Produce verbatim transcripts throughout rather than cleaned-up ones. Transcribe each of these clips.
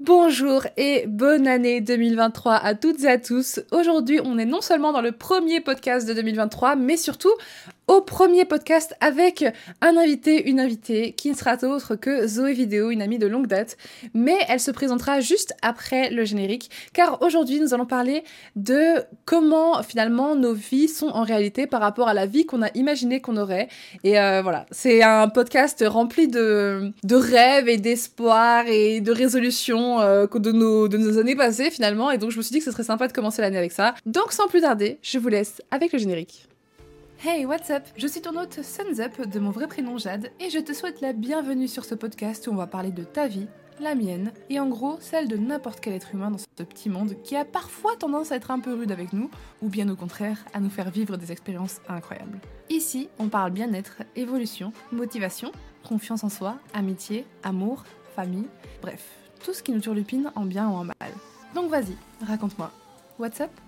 Bonjour et bonne année deux mille vingt-trois à toutes et à tous. Aujourd'hui, on est non seulement dans le premier podcast de deux mille vingt-trois, mais surtout au premier podcast avec un invité, une invitée qui ne sera autre que Zoé Vidéo, une amie de longue date. Mais elle se présentera juste après le générique, car aujourd'hui, nous allons parler de comment finalement nos vies sont en réalité par rapport à la vie qu'on a imaginé qu'on aurait. Et euh, voilà, c'est un podcast rempli de, de rêves et d'espoir et de résolutions euh, de, nos, de nos années passées finalement. Et donc, je me suis dit que ce serait sympa de commencer l'année avec ça. Donc, sans plus tarder, je vous laisse avec le générique. Hey, what's up? Je suis ton hôte Suns Up, de mon vrai prénom Jade, et je te souhaite la bienvenue sur ce podcast où on va parler de ta vie, la mienne, et en gros celle de n'importe quel être humain dans ce petit monde qui a parfois tendance à être un peu rude avec nous, ou bien au contraire à nous faire vivre des expériences incroyables. Ici, on parle bien-être, évolution, motivation, confiance en soi, amitié, amour, famille, bref, tout ce qui nous turlupine en bien ou en mal. Donc vas-y, raconte-moi. What's up?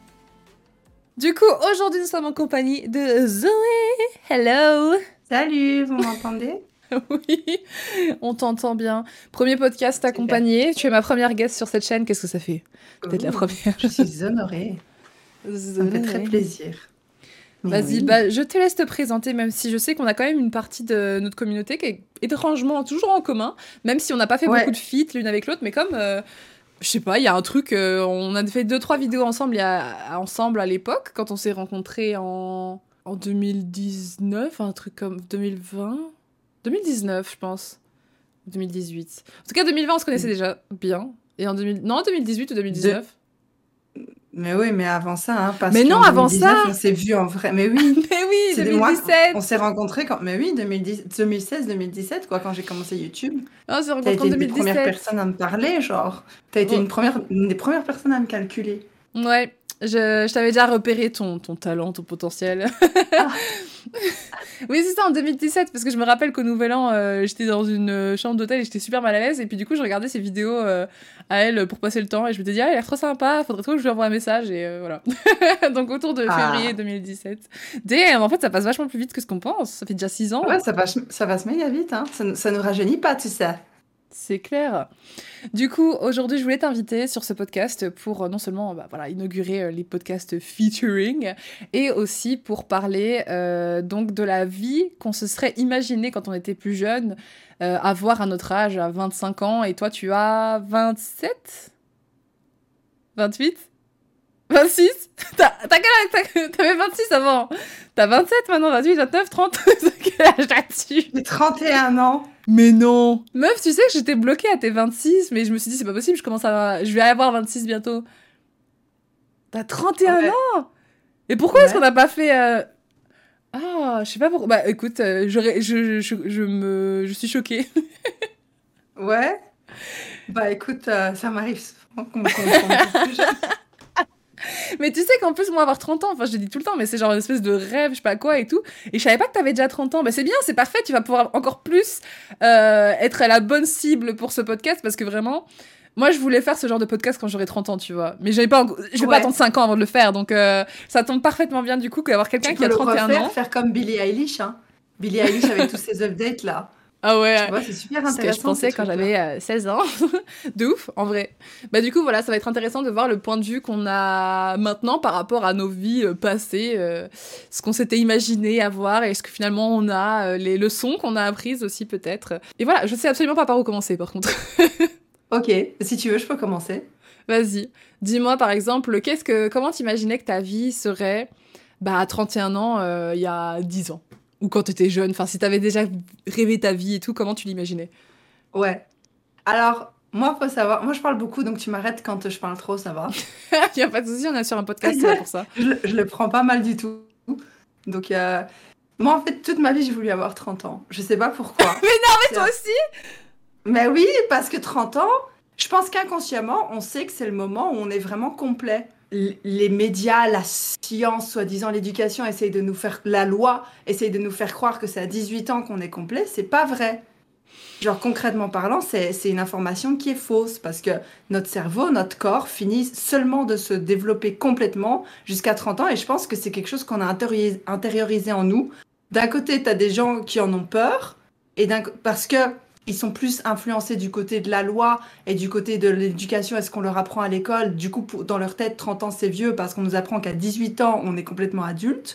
Du coup, aujourd'hui, nous sommes en compagnie de Zoé. Hello. Salut, vous m'entendez? Oui, on t'entend bien. Premier podcast accompagné. Tu es ma première guest sur cette chaîne. Qu'est-ce que ça fait d'être la première? Je suis honorée. Ça me fait très plaisir. Mais Vas-y, oui. bah, je te laisse te présenter, même si je sais qu'on a quand même une partie de notre communauté qui est étrangement toujours en commun, même si on n'a pas fait ouais. beaucoup de feats l'une avec l'autre, mais comme... Euh, je sais pas, il y a un truc, euh, on a fait deux trois vidéos ensemble, il y a, ensemble à l'époque, quand on s'est rencontrés en, en deux mille dix-neuf, un truc comme deux mille vingt deux mille dix-neuf, je pense. deux mille dix-huit. En tout cas, deux mille vingt, on se connaissait déjà bien. Et en deux mille... Non, deux mille dix-huit ou deux mille dix-neuf. De... Mais oui, mais avant ça, hein, parce mais non, avant ça on s'est vus en vrai. Mais oui, mais oui, deux mille dix-sept. Moi, on s'est rencontrés quand. Mais oui, deux mille dix... deux mille seize, deux mille dix-sept, quoi, quand j'ai commencé YouTube. Oh, on s'est rencontrés T'as été en deux mille dix-sept. Une des premières personnes à me parler, genre. T'as été oh. une première, une des premières personnes à me calculer. Ouais. Je, je t'avais déjà repéré ton, ton talent, ton potentiel. Ah. Oui, c'est ça, en deux mille dix-sept, parce que je me rappelle qu'au Nouvel An, euh, j'étais dans une chambre d'hôtel et j'étais super mal à l'aise, et puis du coup, je regardais ses vidéos euh, à elle pour passer le temps, et je me disais, ah, elle a l'air trop sympa, faudrait trop que je lui envoie un message, et euh, voilà. Donc autour de ah. février deux mille dix-sept. Damn, en fait, ça passe vachement plus vite que ce qu'on pense, ça fait déjà six ans. Ouais, ça passe, ça passe méga vite, hein. Ça, ça nous rajeunit pas, tu sais. C'est clair. Du coup, aujourd'hui, je voulais t'inviter sur ce podcast pour non seulement bah, voilà, inaugurer les podcasts featuring, et aussi pour parler euh, donc de la vie qu'on se serait imaginé quand on était plus jeune, euh, avoir à notre âge, à vingt-cinq ans, et toi, tu as vingt-sept vingt-huit vingt-six T'as, t'as quel âge? T'avais vingt-six avant. T'as vingt-sept maintenant, vingt-huit, vingt-neuf, trente Quel âge as-tu? J'ai trente et un ans. Mais non. Meuf, tu sais que j'étais bloquée à tes vingt-six, mais je me suis dit, c'est pas possible, je commence à... Je vais avoir vingt-six bientôt. T'as trente et un ouais. ans. Et pourquoi ouais. est-ce qu'on n'a pas fait... Euh... Ah, je sais pas pourquoi... Bah, écoute, euh, je, je, je, je, me... je suis choquée. Ouais. Bah, écoute, euh, ça m'arrive souvent qu'on me comprenne plus jeune. Mais tu sais qu'en plus, moi, avoir trente ans, enfin, je le dis tout le temps, mais c'est genre une espèce de rêve, je sais pas quoi et tout. Et je savais pas que t'avais déjà trente ans. Bah, c'est bien, c'est parfait, tu vas pouvoir encore plus euh, être la bonne cible pour ce podcast parce que vraiment, moi, je voulais faire ce genre de podcast quand j'aurais trente ans, tu vois. Mais j'avais pas, je vais ouais. pas attendre cinq ans avant de le faire, donc euh, ça tombe parfaitement bien du coup d'avoir quelqu'un tu qui a trente et un refaire, ans. Faire comme Billie Eilish, hein. Billie Eilish avec tous ses updates là. Ah ouais, tu vois, c'est super intéressant. Ce que je pensais quand j'avais euh, seize ans. De ouf, en vrai. Bah du coup, voilà, ça va être intéressant de voir le point de vue qu'on a maintenant par rapport à nos vies euh, passées, euh, ce qu'on s'était imaginé avoir et ce que finalement on a, euh, les leçons qu'on a apprises aussi peut-être. Et voilà, je sais absolument pas par où commencer par contre. Ok, si tu veux, je peux commencer. Vas-y. Dis-moi par exemple, qu'est-ce que, comment t'imaginais que ta vie serait bah, à trente et un ans, euh, il y a dix ans? Ou quand t'étais jeune, enfin si t'avais déjà rêvé ta vie et tout, comment tu l'imaginais? Ouais. Alors, moi, faut savoir... Moi, je parle beaucoup, donc tu m'arrêtes quand je parle trop, ça va. Y a pas de souci, on est sur un podcast, c'est pour ça. je, je le prends pas mal du tout. Donc, euh... moi, en fait, toute ma vie, j'ai voulu avoir trente ans. Je sais pas pourquoi. Mais non, mais toi aussi? Mais oui, parce que trente ans, je pense qu'inconsciemment, on sait que c'est le moment où on est vraiment complet. Les médias, la science, soi-disant l'éducation, essayent de nous faire... La loi essaye de nous faire croire que c'est à dix-huit ans qu'on est complet. C'est pas vrai. Genre, concrètement parlant, c'est, c'est une information qui est fausse parce que notre cerveau, notre corps finit seulement de se développer complètement jusqu'à trente ans et je pense que c'est quelque chose qu'on a intériorisé, intériorisé en nous. D'un côté, t'as des gens qui en ont peur et d'un... parce que ils sont plus influencés du côté de la loi et du côté de l'éducation, est-ce qu'on leur apprend à l'école. Du coup, pour- dans leur tête, trente ans, c'est vieux parce qu'on nous apprend qu'à dix-huit ans, on est complètement adulte.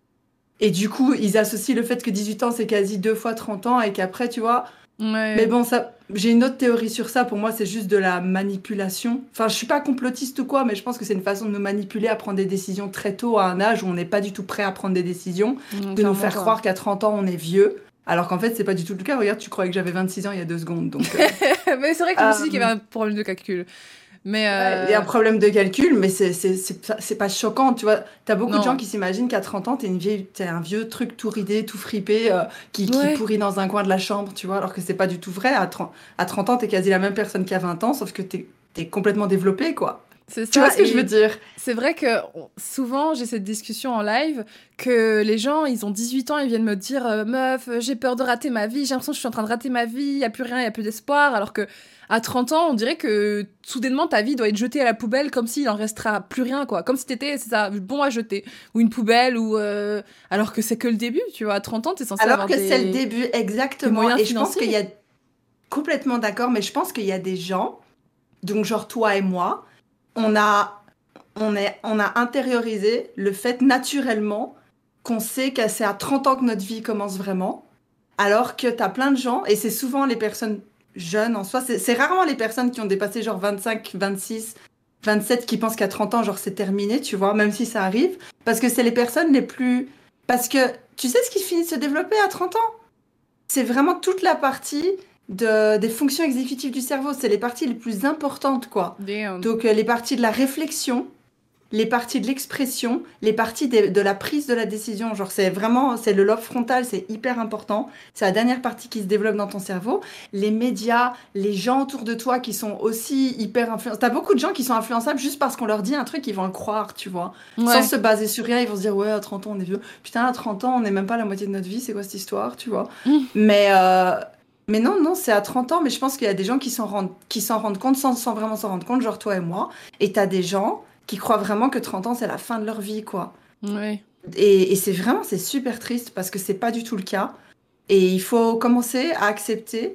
Et du coup, ils associent le fait que dix-huit ans, c'est quasi deux fois trente ans et qu'après, tu vois. Mais Ouais. bon, ça, j'ai une autre théorie sur ça. Pour moi, c'est juste de la manipulation. Enfin, je suis pas complotiste ou quoi, mais je pense que c'est une façon de nous manipuler à prendre des décisions très tôt à un âge où on n'est pas du tout prêt à prendre des décisions, Non, de nous clairement faire pas. croire qu'à trente ans, on est vieux. Alors qu'en fait, c'est pas du tout le cas. Regarde, tu croyais que j'avais vingt-six ans il y a deux secondes. Donc, euh, Mais c'est vrai que je me suis dit qu'il y euh, avait un problème de calcul. Mais ouais, il y a un euh, problème de calcul, mais c'est c'est c'est pas c'est pas choquant, tu vois. T'as beaucoup de gens non. qui s'imaginent qu'à trente ans, t'es une vieille, t'es un vieux truc tout ridé, tout fripé, euh, qui, qui Ouais, pourrit dans un coin de la chambre, tu vois, alors que c'est pas du tout vrai. À trente à trente ans, t'es quasi la même personne qu'à vingt ans, sauf que t'es t'es complètement développé, quoi. c'est Tu vois ça. ce que je veux Et dire? c'est vrai que on- souvent j'ai cette discussion en live que les gens ils ont dix-huit ans, ils viennent me dire euh, meuf, j'ai peur de rater ma vie, j'ai l'impression que je suis en train de rater ma vie, il y a plus rien, il y a plus d'espoir, alors que à trente ans, on dirait que soudainement ta vie doit être jetée à la poubelle comme s'il en restera plus rien quoi, comme si t'étais c'est ça, bon à jeter ou une poubelle ou euh, alors que c'est que le début, tu vois, à trente ans, t'es censé Alors avoir que c'est le des début, des exactement. moyens Et je pense qu'il y financiers. a complètement d'accord, mais je pense qu'il y a des gens, donc genre toi et moi, on a on est, on a intériorisé le fait naturellement qu'on sait que c'est à trente ans que notre vie commence vraiment, alors que tu as plein de gens, et c'est souvent les personnes jeunes en soi, c'est c'est rarement les personnes qui ont dépassé genre vingt-cinq, vingt-six, vingt-sept qui pensent qu'à trente ans, genre c'est terminé, tu vois, même si ça arrive, parce que c'est les personnes les plus... Parce que tu sais ce qui finit de se développer à trente ans? C'est vraiment toute la partie de, des fonctions exécutives du cerveau, c'est les parties les plus importantes, quoi. Damn. Donc euh, les parties de la réflexion, les parties de l'expression, les parties des- de la prise de la décision. Genre, c'est vraiment, c'est le lobe frontal, c'est hyper important. C'est la dernière partie qui se développe dans ton cerveau. Les médias, les gens autour de toi qui sont aussi hyper influençables. T'as beaucoup de gens qui sont influençables juste parce qu'on leur dit un truc, ils vont le croire, tu vois. Sans Ouais. se baser sur rien, ils vont se dire, ouais, à trente ans, on est vieux. Putain, à trente ans, on n'est même pas à la moitié de notre vie, c'est quoi cette histoire, tu vois. Mm. Mais, euh, mais non, non, c'est à trente ans, mais je pense qu'il y a des gens qui s'en rendent, qui s'en rendent compte sans, sans vraiment s'en rendre compte, genre toi et moi. Et t'as des gens qui croient vraiment que trente ans, c'est la fin de leur vie, quoi. Ouais. Et, et c'est vraiment, c'est super triste parce que c'est pas du tout le cas. Et il faut commencer à accepter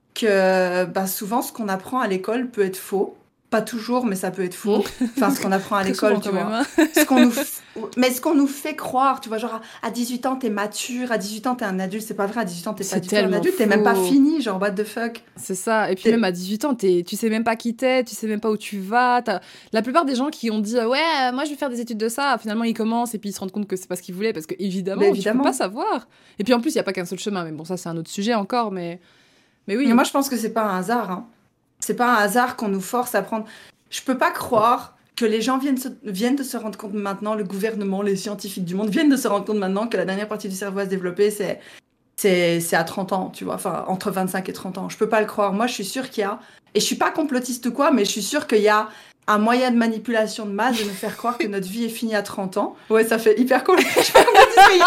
que bah, souvent, ce qu'on apprend à l'école peut être faux. Pas toujours, mais ça peut être Mm. faux. Enfin, ce qu'on apprend à Très souvent l'école, tu quand même, vois. hein. Ce qu'on nous... f- Mais ce qu'on nous fait croire, tu vois, genre à dix-huit ans, t'es mature, à dix-huit ans, t'es un adulte. C'est pas vrai, à dix-huit ans, t'es pas C'est du tout un tellement adulte, t'es même pas faux. fini, genre, what the fuck. C'est ça. Et puis même T'es- à dix-huit ans, t'es, tu sais même pas qui t'es, tu sais même pas où tu vas. t'as- La plupart des gens qui ont dit euh, ouais, euh, moi je vais faire des études de ça, finalement ils commencent et puis ils se rendent compte que c'est pas ce qu'ils voulaient parce que Mais évidemment tu peux pas évidemment. savoir. Et puis en plus il y a pas qu'un seul chemin, mais bon ça c'est un autre sujet encore, mais mais Mais moi, oui. je pense que c'est pas un hasard, hein. C'est pas un hasard qu'on nous force à prendre. Je peux pas croire que les gens viennent, se- viennent de se rendre compte maintenant, le gouvernement, les scientifiques du monde viennent de se rendre compte maintenant que la dernière partie du cerveau à se développer, c'est c'est c'est à trente ans, tu vois, enfin entre vingt-cinq et trente ans. Je peux pas le croire. Moi, je suis sûre qu'il y a, et je suis pas complotiste ou quoi, mais je suis sûre qu'il y a un moyen de manipulation de masse de nous faire croire que notre vie est finie à trente ans. Ouais, ça fait hyper cool. Je suis pas complotiste, mais il y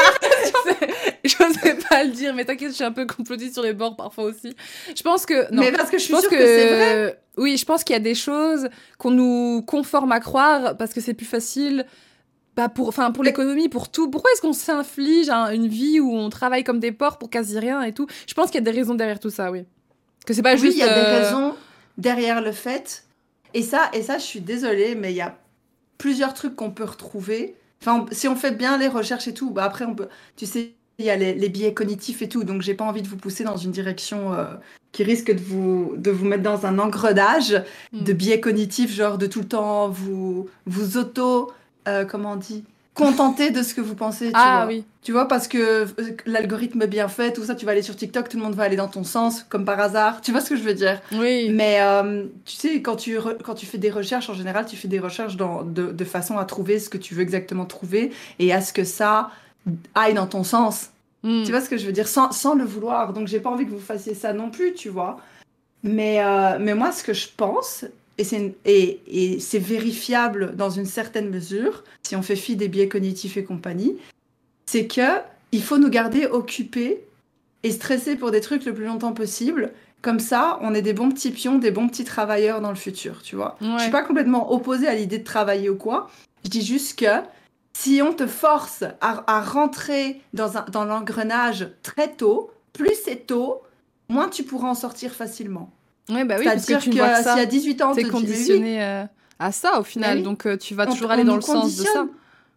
a- J'osais pas le dire, mais t'inquiète, je suis un peu complotiste sur les bords parfois aussi. Je pense que non. mais parce que je Je suis pense sûre que, que c'est vrai. oui, je pense qu'il y a des choses qu'on nous conforme à croire parce que c'est plus facile. Bah pour, enfin pour Mais l'économie, pour tout. Pourquoi est-ce qu'on s'inflige un- une vie où on travaille comme des porcs pour quasi rien et tout? Je pense qu'il y a des raisons derrière tout ça, oui. Que c'est pas oui, il y juste. a des euh, raisons derrière le fait. Et ça, et ça, je suis désolée, mais il y a plusieurs trucs qu'on peut retrouver. Enfin, on- si on fait bien les recherches et tout, bah après, on peut. Tu sais, il y a les, les biais cognitifs et tout, donc j'ai pas envie de vous pousser dans une direction euh, qui risque de vous, de vous mettre dans un engrenage de hmm. biais cognitifs, genre de tout le temps vous, vous auto. Euh, comment on dit? Contenter de ce que vous pensez, tu Ah vois. oui, Tu vois, parce que euh, l'algorithme est bien fait, tout ça, tu vas aller sur TikTok, tout le monde va aller dans ton sens, comme par hasard. Tu vois ce que je veux dire? oui. Mais euh, tu sais, quand tu, re- quand tu fais des recherches, en général, tu fais des recherches dans, de, de façon à trouver ce que tu veux exactement trouver et à ce que ça aille dans ton sens. Hmm. Tu vois ce que je veux dire? Sans, sans le vouloir. Donc, j'ai pas envie que vous fassiez ça non plus, tu vois. Mais, euh, mais moi, ce que je pense, et c'est une- et, et c'est vérifiable dans une certaine mesure, si on fait fi des biais cognitifs et compagnie, c'est que il faut nous garder occupés et stressés pour des trucs le plus longtemps possible. Comme ça, on est des bons petits pions, des bons petits travailleurs dans le futur, tu vois. Je suis Ouais. pas complètement opposée à l'idée de travailler ou quoi. Je dis juste que si on te force à, à rentrer dans un, dans l'engrenage très tôt, plus c'est tôt, moins tu pourras en sortir facilement. Ouais, bah oui, parce que C'est-à-dire tu que ne vois que ça. si à dix-huit ans, on T'es te dit, mais oui, conditionné euh, à ça au final, mais oui, donc euh, tu vas on, toujours on aller dans nous le sens de ça. conditionne.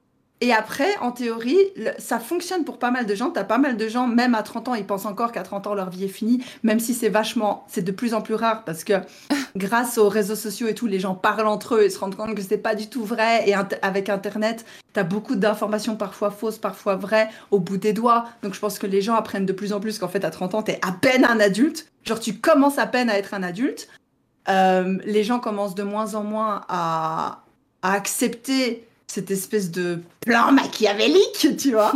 Et après, en théorie, le- ça fonctionne pour pas mal de gens. T'as pas mal de gens, même à trente ans, ils pensent encore qu'à trente ans, leur vie est finie, même si c'est vachement, c'est de plus en plus rare parce que grâce aux réseaux sociaux et tout, les gens parlent entre eux et se rendent compte que c'est pas du tout vrai. Et int- avec Internet, t'as beaucoup d'informations parfois fausses, parfois vraies, au bout des doigts. Donc je pense que les gens apprennent de plus en plus qu'en fait, à trente ans, t'es à peine un adulte. Genre, tu commences à peine à être un adulte. Euh, les gens commencent de moins en moins à, à accepter cette espèce de plan machiavélique, tu vois.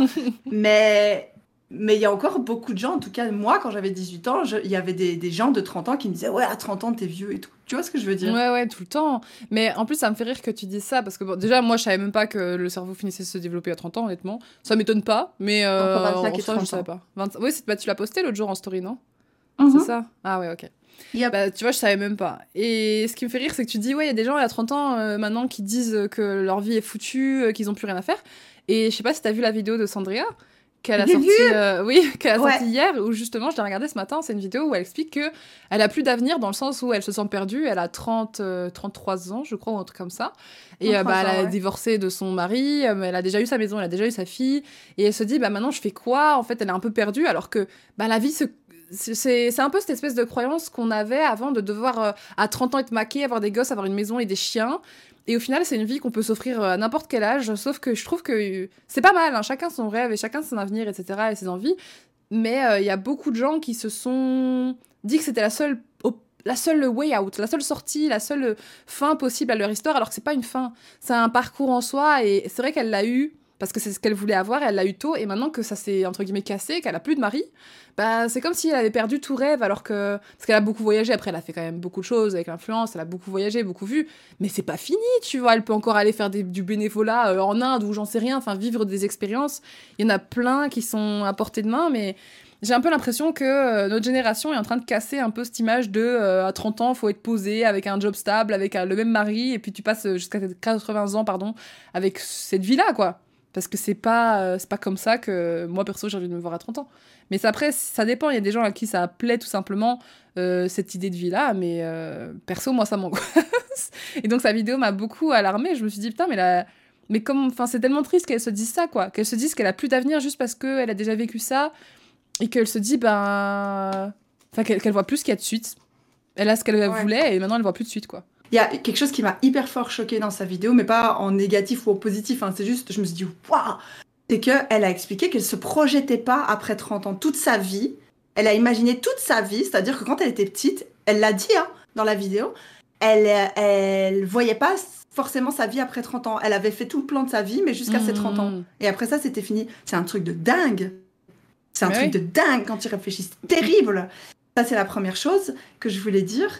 Mais mais il y a encore beaucoup de gens, en tout cas moi, quand j'avais dix-huit ans, je- il y avait des, des gens de trente ans qui me disaient ouais, à trente ans, t'es vieux et tout. Tu vois ce que je veux dire? Ouais, ouais, tout le temps. Mais en plus, ça me fait rire que tu dises ça, parce que bon, déjà, moi, je savais même pas que le cerveau finissait de se développer à trente ans, honnêtement. Ça m'étonne pas, mais Entre euh, vingt-cinq en et soi, je trente savais ans. pas. vingt Oui, c'est- bah, tu l'as posté l'autre jour en story, non? C'est Mhm. ça? Ah ouais, ok. Yep. Bah, tu vois, je savais même pas. Et ce qui me fait rire, c'est que tu dis, ouais, il y a des gens à trente ans euh, maintenant qui disent que leur vie est foutue, euh, qu'ils ont plus rien à faire. Et je sais pas si t'as vu la vidéo de Sandria qu'elle a J'ai vu. sorti, euh, oui, qu'elle a Ouais. sorti hier, où justement, je l'ai regardée ce matin, c'est une vidéo où elle explique que elle a plus d'avenir dans le sens où elle se sent perdue. Elle a trente, euh, trente-trois ans, je crois, ou un truc comme ça. Et euh, bah, elle trente-trois ans, a ouais. divorcé de son mari, euh, mais elle a déjà eu sa maison, elle a déjà eu sa fille. Et elle se dit, bah maintenant, je fais quoi? En fait, elle est un peu perdue, alors que bah, la vie se c'est c'est un peu cette espèce de croyance qu'on avait avant de devoir, euh, à trente ans, être maquée, avoir des gosses, avoir une maison et des chiens. Et au final, c'est une vie qu'on peut s'offrir euh, à n'importe quel âge, sauf que je trouve que euh, c'est pas mal, hein, chacun son rêve et chacun son avenir, et cetera, et ses envies. Mais il euh, y a beaucoup de gens qui se sont dit que c'était la seule, op- la seule way out, la seule sortie, la seule fin possible à leur histoire, alors que c'est pas une fin. C'est un parcours en soi, et c'est vrai qu'elle l'a eu parce que c'est ce qu'elle voulait avoir, elle l'a eu tôt, et maintenant que ça s'est entre guillemets cassé, qu'elle a plus de mari, bah c'est comme si elle avait perdu tout rêve, alors que parce qu'elle a beaucoup voyagé. Après, elle a fait quand même beaucoup de choses avec l'influence, elle a beaucoup voyagé, beaucoup vu, mais c'est pas fini, tu vois. Elle peut encore aller faire des- du bénévolat euh, en Inde ou j'en sais rien, enfin vivre des expériences. Il y en a plein qui sont à portée de main, mais j'ai un peu l'impression que euh, notre génération est en train de casser un peu cette image de euh, à trente ans, faut être posé avec un job stable, avec euh, le même mari, et puis tu passes jusqu'à quatre-vingts ans, pardon, avec cette vie-là, quoi. Parce que c'est pas, euh, c'est pas comme ça que moi, perso, j'ai envie de me voir à trente ans. Mais ça, après, ça dépend. Il y a des gens à qui ça plaît tout simplement, euh, cette idée de vie-là, mais euh, perso, moi, ça m'angoisse. Et donc, sa vidéo m'a beaucoup alarmée. Je me suis dit, putain, mais la... mais comme... enfin, c'est tellement triste qu'elle se dise ça, quoi. Qu'elle se dise qu'elle a plus d'avenir juste parce qu'elle a déjà vécu ça, et qu'elle se dit, ben... Enfin, qu'elle qu'elle voit plus ce qu'il y a de suite. Elle a ce qu'elle Ouais. voulait, et maintenant, elle voit plus de suite, quoi. Il y a quelque chose qui m'a hyper fort choqué dans sa vidéo, mais pas en négatif ou en positif, hein. C'est juste, je me suis dit, waouh! C'est qu'elle a expliqué qu'elle se projetait pas après trente ans. Toute sa vie, elle a imaginé toute sa vie, c'est-à-dire que quand elle était petite, elle l'a dit hein, dans la vidéo, elle, elle voyait pas forcément sa vie après trente ans. Elle avait fait tout le plan de sa vie, mais jusqu'à ses trente ans. Mmh. Et après ça, c'était fini. C'est un truc de dingue. C'est un Mais truc oui. de dingue quand tu réfléchis. C'est terrible. Ça, c'est la première chose que je voulais dire.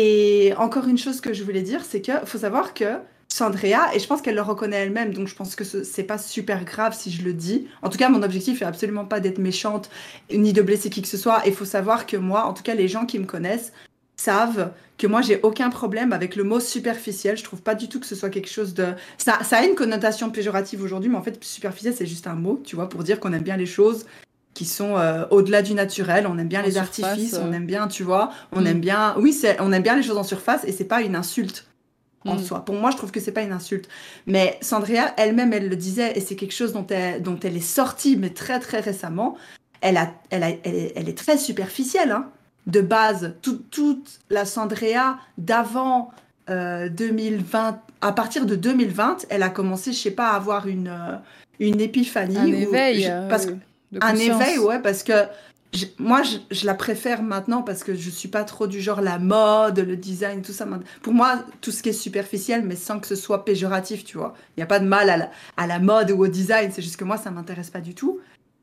Et encore une chose que je voulais dire, c'est qu'il faut savoir que Sandrea, et je pense qu'elle le reconnaît elle-même, donc je pense que ce- c'est pas super grave si je le dis. En tout cas, mon objectif est absolument pas d'être méchante ni de blesser qui que ce soit. Il faut savoir que moi, en tout cas, les gens qui me connaissent savent que moi, j'ai aucun problème avec le mot superficiel. Je trouve pas du tout que ce soit quelque chose de... Ça, ça a une connotation péjorative aujourd'hui, mais en fait, superficiel, c'est juste un mot, tu vois, pour dire qu'on aime bien les choses qui sont euh, au-delà du naturel. On aime bien En les surface, artifices, euh. on aime bien, tu vois, on Mm. aime bien... Oui, c'est... on aime bien les choses en surface et c'est pas une insulte en Mm. soi. Pour moi, je trouve que c'est pas une insulte. Mais Sandrea, elle-même, elle le disait, et c'est quelque chose dont elle, dont elle est sortie, mais très très récemment. Elle, a, elle, a, elle, est, elle est très superficielle, hein. De base. Tout- toute la Sandrea d'avant euh, deux mille vingt, à partir de deux mille vingt, elle a commencé, je sais pas, à avoir une, euh, une épiphanie. Un ou- éveil je- euh, parce que de un conscience. éveil, ouais, parce que je- moi, je, je la préfère maintenant parce que je suis pas trop du genre la mode, le design, tout ça. Pour moi, tout ce qui est superficiel, mais sans que ce soit péjoratif, tu vois. Il n'y a pas de mal à la, à la mode ou au design, c'est juste que moi, ça m'intéresse pas du tout.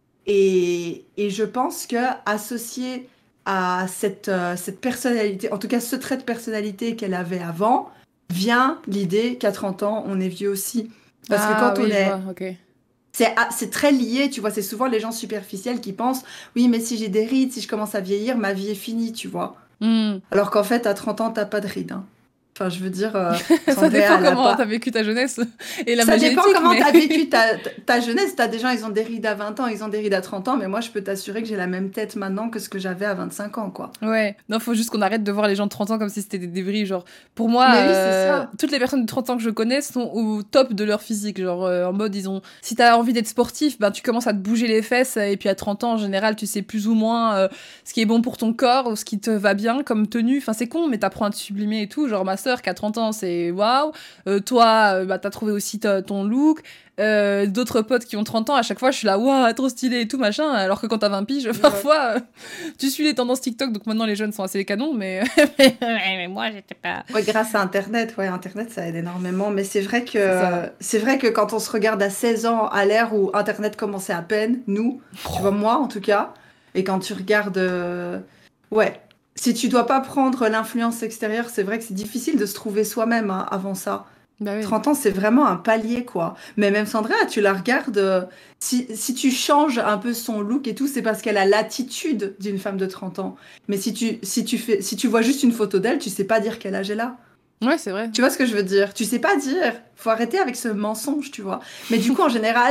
Et, et je pense que associé à cette, euh, cette personnalité, en tout cas ce trait de personnalité qu'elle avait avant, vient l'idée qu'à trente ans, on est vieux aussi. Parce que Ah quand oui, on je est... vois, ok. C'est ah, c'est très lié, tu vois. C'est souvent les gens superficiels qui pensent, oui, mais si j'ai des rides, si je commence à vieillir, ma vie est finie, tu vois. Mm. Alors qu'en fait, à trente ans, t'as pas de rides, hein. Enfin, je veux dire, euh, Ça Sandra, dépend elle a comment pas... t'as vécu ta jeunesse et la Ça dépend génétique, comment mais... t'as vécu ta, ta, ta jeunesse. T'as des gens, ils ont des rides à vingt ans, ils ont des rides à trente ans, mais moi, je peux t'assurer que j'ai la même tête maintenant que ce que j'avais à vingt-cinq ans, quoi. Ouais, non, faut juste qu'on arrête de voir les gens de trente ans comme si c'était des débris. Genre, pour moi, Mais oui, c'est euh, ça. toutes les personnes de trente ans que je connais sont au top de leur physique. Genre, euh, en mode, ils ont. Si t'as envie d'être sportif, ben, tu commences à te bouger les fesses. Et puis à trente ans, en général, tu sais plus ou moins euh, ce qui est bon pour ton corps ou ce qui te va bien comme tenue. Enfin, c'est con, mais t'apprends à te sublimer et tout. Genre, ma sœur qui a trente ans, c'est waouh. Euh, toi, euh, bah, t'as trouvé aussi ta- ton look. Euh, d'autres potes qui ont trente ans, à chaque fois, je suis là, waouh, trop stylé et tout, machin. Alors que quand t'as vingt piges, Ouais. parfois, euh, tu suis les tendances TikTok, donc maintenant les jeunes sont assez canons, mais, mais, mais moi, j'étais pas. Ouais, grâce à Internet, ouais, Internet, ça aide énormément. Mais c'est vrai C'est ça. que, c'est vrai que quand on se regarde à seize ans, à l'ère où Internet commençait à peine, nous, tu vois, moi en tout cas, et quand tu regardes, euh, ouais, si tu dois pas prendre l'influence extérieure, c'est vrai que c'est difficile de se trouver soi-même hein, avant ça. Bah oui. trente ans, c'est vraiment un palier, quoi. Mais même Sandra, tu la regardes, euh, si, si tu changes un peu son look et tout, c'est parce qu'elle a l'attitude d'une femme de trente ans. Mais si tu, si tu fais, si tu vois juste une photo d'elle, tu sais pas dire quel âge elle a. Ouais, c'est vrai. Tu vois ce que je veux dire? Tu sais pas dire. Faut arrêter avec ce mensonge, tu vois. Mais du coup, en général,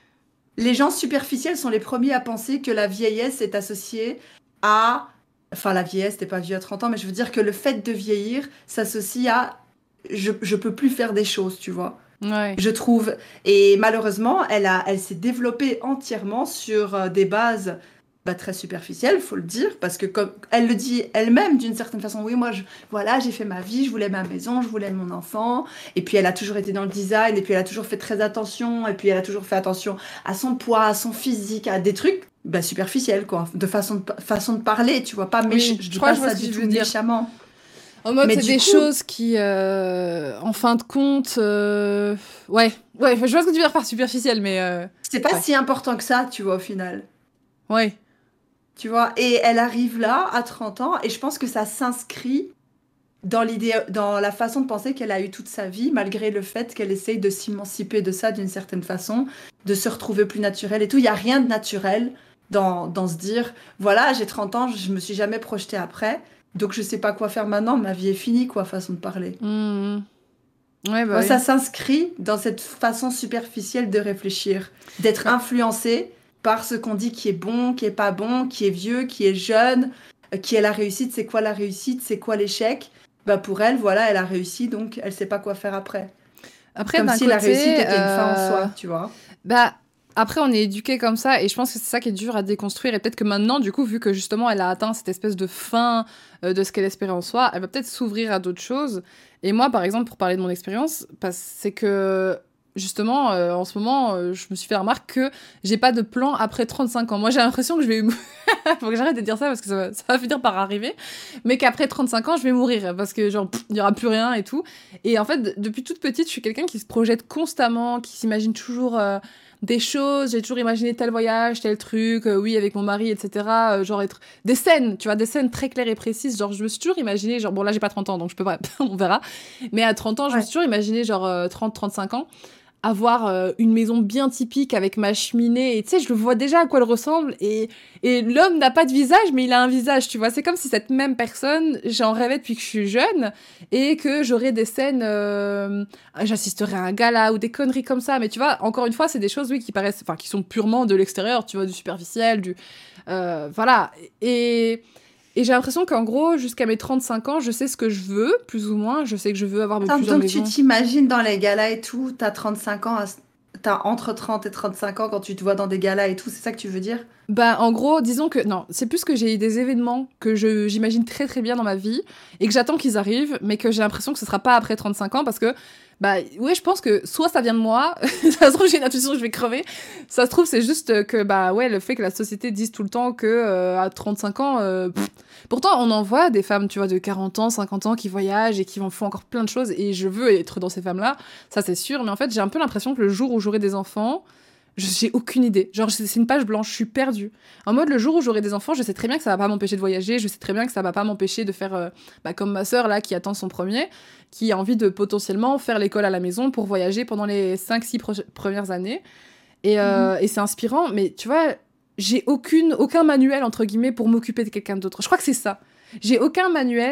les gens superficiels sont les premiers à penser que la vieillesse est associée à... Enfin, la vieillesse, t'es pas vieux à trente ans, mais je veux dire que le fait de vieillir s'associe à... Je, je peux plus faire des choses, tu vois. Ouais. Je trouve. Et malheureusement, elle a, elle s'est développée entièrement sur euh, des bases bah, très superficielles, faut le dire, parce que comme elle le dit elle-même d'une certaine façon, oui, moi, je, voilà, j'ai fait ma vie, je voulais ma maison, je voulais mon enfant, et puis elle a toujours été dans le design, et puis elle a toujours fait très attention, et puis elle a toujours fait attention à son poids, à son physique, à des trucs bah, superficiels, quoi, de façon de, façon de parler, tu vois, pas méch... Oui, je je dis crois pas que je vois ça ce que du tu tout veux dire. méchamment. En mode, Mais c'est du des coup, choses qui, euh, en fin de compte, euh, ouais, ouais, je vois ce que tu veux dire par superficiel, mais euh, c'est pas ouais, si important que ça, tu vois, au final. ouais. Tu vois, et elle arrive là à trente ans, et je pense que ça s'inscrit dans l'idée, dans la façon de penser qu'elle a eu toute sa vie, malgré le fait qu'elle essaye de s'émanciper de ça d'une certaine façon, de se retrouver plus naturelle et tout. Il n'y a rien de naturel dans, dans se dire, voilà, j'ai trente ans, je me suis jamais projetée après, donc je sais pas quoi faire maintenant, ma vie est finie, quoi, façon de parler. Mmh. Ouais, Tu bah vois, oui. ça s'inscrit dans cette façon superficielle de réfléchir, d'être Ouais. influencé par ce qu'on dit qui est bon, qui est pas bon, qui est vieux, qui est jeune, euh, qui est la réussite, c'est quoi la réussite, c'est quoi l'échec. Bah pour elle, voilà, elle a réussi, donc elle sait pas quoi faire après. Après, Comme d'un si la réussite côté, était une fin en euh, soi, tu vois. bah, après, on est éduqué comme ça, et je pense que c'est ça qui est dur à déconstruire. Et peut-être que maintenant, du coup, vu que justement, elle a atteint cette espèce de fin euh, de ce qu'elle espérait en soi, elle va peut-être s'ouvrir à d'autres choses. Et moi, par exemple, pour parler de mon expérience, parce- c'est que justement, euh, en ce moment, euh, je me suis fait la remarque que j'ai pas de plan après trente-cinq ans. Moi, j'ai l'impression que je vais. Faut que j'arrête de dire ça parce que ça va, ça va finir par arriver. Mais qu'après trente-cinq ans, je vais mourir parce que, genre, pff, il y aura plus rien et tout. Et en fait, d- depuis toute petite, je suis quelqu'un qui se projette constamment, qui s'imagine toujours. euh, des choses, j'ai toujours imaginé tel voyage, tel truc, euh, oui, avec mon mari, et cetera. euh, genre être des scènes, tu vois, des scènes très claires et précises. Genre, je me suis toujours imaginé, genre, bon, là, j'ai pas trente ans, donc je peux pas, on verra. Mais à trente ans, je me Ouais. suis toujours imaginé, genre, euh, trente trente-cinq ans, avoir euh, une maison bien typique avec ma cheminée. Et tu sais, je le vois déjà à quoi elle ressemble. Et, et l'homme n'a pas de visage, mais il a un visage, tu vois. C'est comme si cette même personne, j'en rêvais depuis que je suis jeune, et que j'aurais des scènes, euh, j'assisterais à un gala ou des conneries comme ça. Mais tu vois, encore une fois, c'est des choses, oui, qui paraissent, enfin, qui sont purement de l'extérieur, tu vois, du superficiel, du, euh, voilà. Et et j'ai l'impression qu'en gros, jusqu'à mes trente-cinq ans, je sais ce que je veux, plus ou moins. Je sais que je veux avoir Attends, plusieurs donc tu maisons. t'imagines dans les galas et tout, t'as trente-cinq ans, à ce- t'as entre trente et trente-cinq ans quand tu te vois dans des galas et tout, c'est ça que tu veux dire? Bah, en gros, disons que non, c'est plus que j'ai eu des événements que je j'imagine très très bien dans ma vie et que j'attends qu'ils arrivent, mais que j'ai l'impression que ce sera pas après trente-cinq ans parce que bah ouais, je pense que soit ça vient de moi, ça se trouve j'ai une intuition que je vais crever, ça se trouve c'est juste que bah ouais, le fait que la société dise tout le temps que euh, à trente-cinq ans euh, pff, pourtant on en voit des femmes, tu vois, de quarante ans, cinquante ans qui voyagent et qui en font encore plein de choses et je veux être dans ces femmes-là, ça c'est sûr, mais en fait, j'ai un peu l'impression que le jour où j'aurai des enfants, je- j'ai aucune idée. Genre, c'est c'est une page blanche, je suis perdue. En mode, le jour où j'aurai des enfants, je sais très bien que ça va pas m'empêcher de voyager, je sais très bien que ça va pas m'empêcher de faire, euh, bah, comme ma sœur, là, qui attend son premier, qui a envie de potentiellement faire l'école à la maison pour voyager pendant les cinq six premières années. Et, euh, et c'est inspirant, mais tu vois, j'ai aucune, aucun manuel, entre guillemets, pour m'occuper de quelqu'un d'autre. Je crois que c'est ça. J'ai aucun manuel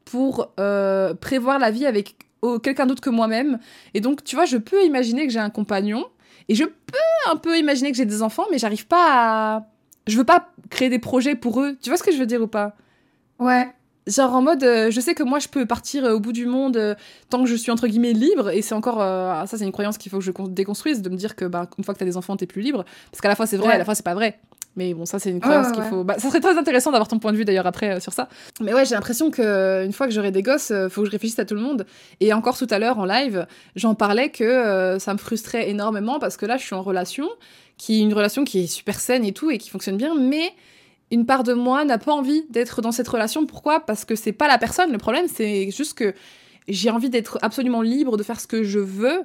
pour euh, prévoir la vie avec oh, quelqu'un d'autre que moi-même. Et donc, tu vois, je peux imaginer que j'ai un compagnon, et je peux un peu imaginer que j'ai des enfants, mais j'arrive pas à... Je veux pas créer des projets pour eux. Tu vois ce que je veux dire ou pas ? Ouais. Genre en mode, euh, je sais que moi je peux partir euh, au bout du monde euh, tant que je suis entre guillemets libre, et c'est encore, euh, ça c'est une croyance qu'il faut que je con- déconstruise, de me dire que bah, une fois que t'as des enfants t'es plus libre, parce qu'à la fois c'est vrai, Ouais. à la fois c'est pas vrai. Mais bon, ça c'est une croyance Ouais, ouais, qu'il ouais. faut... Bah, ça serait très intéressant d'avoir ton point de vue d'ailleurs après euh, sur ça. Mais ouais, j'ai l'impression que une fois que j'aurai des gosses, euh, faut que je réfléchisse à tout le monde. Et encore tout à l'heure en live, j'en parlais que euh, ça me frustrait énormément parce que là je suis en relation, qui une relation qui est super saine et tout, et qui fonctionne bien, mais... Une part de moi n'a pas envie d'être dans cette relation. Pourquoi ? Parce que c'est pas la personne. Le problème, c'est juste que j'ai envie d'être absolument libre, de faire ce que je veux.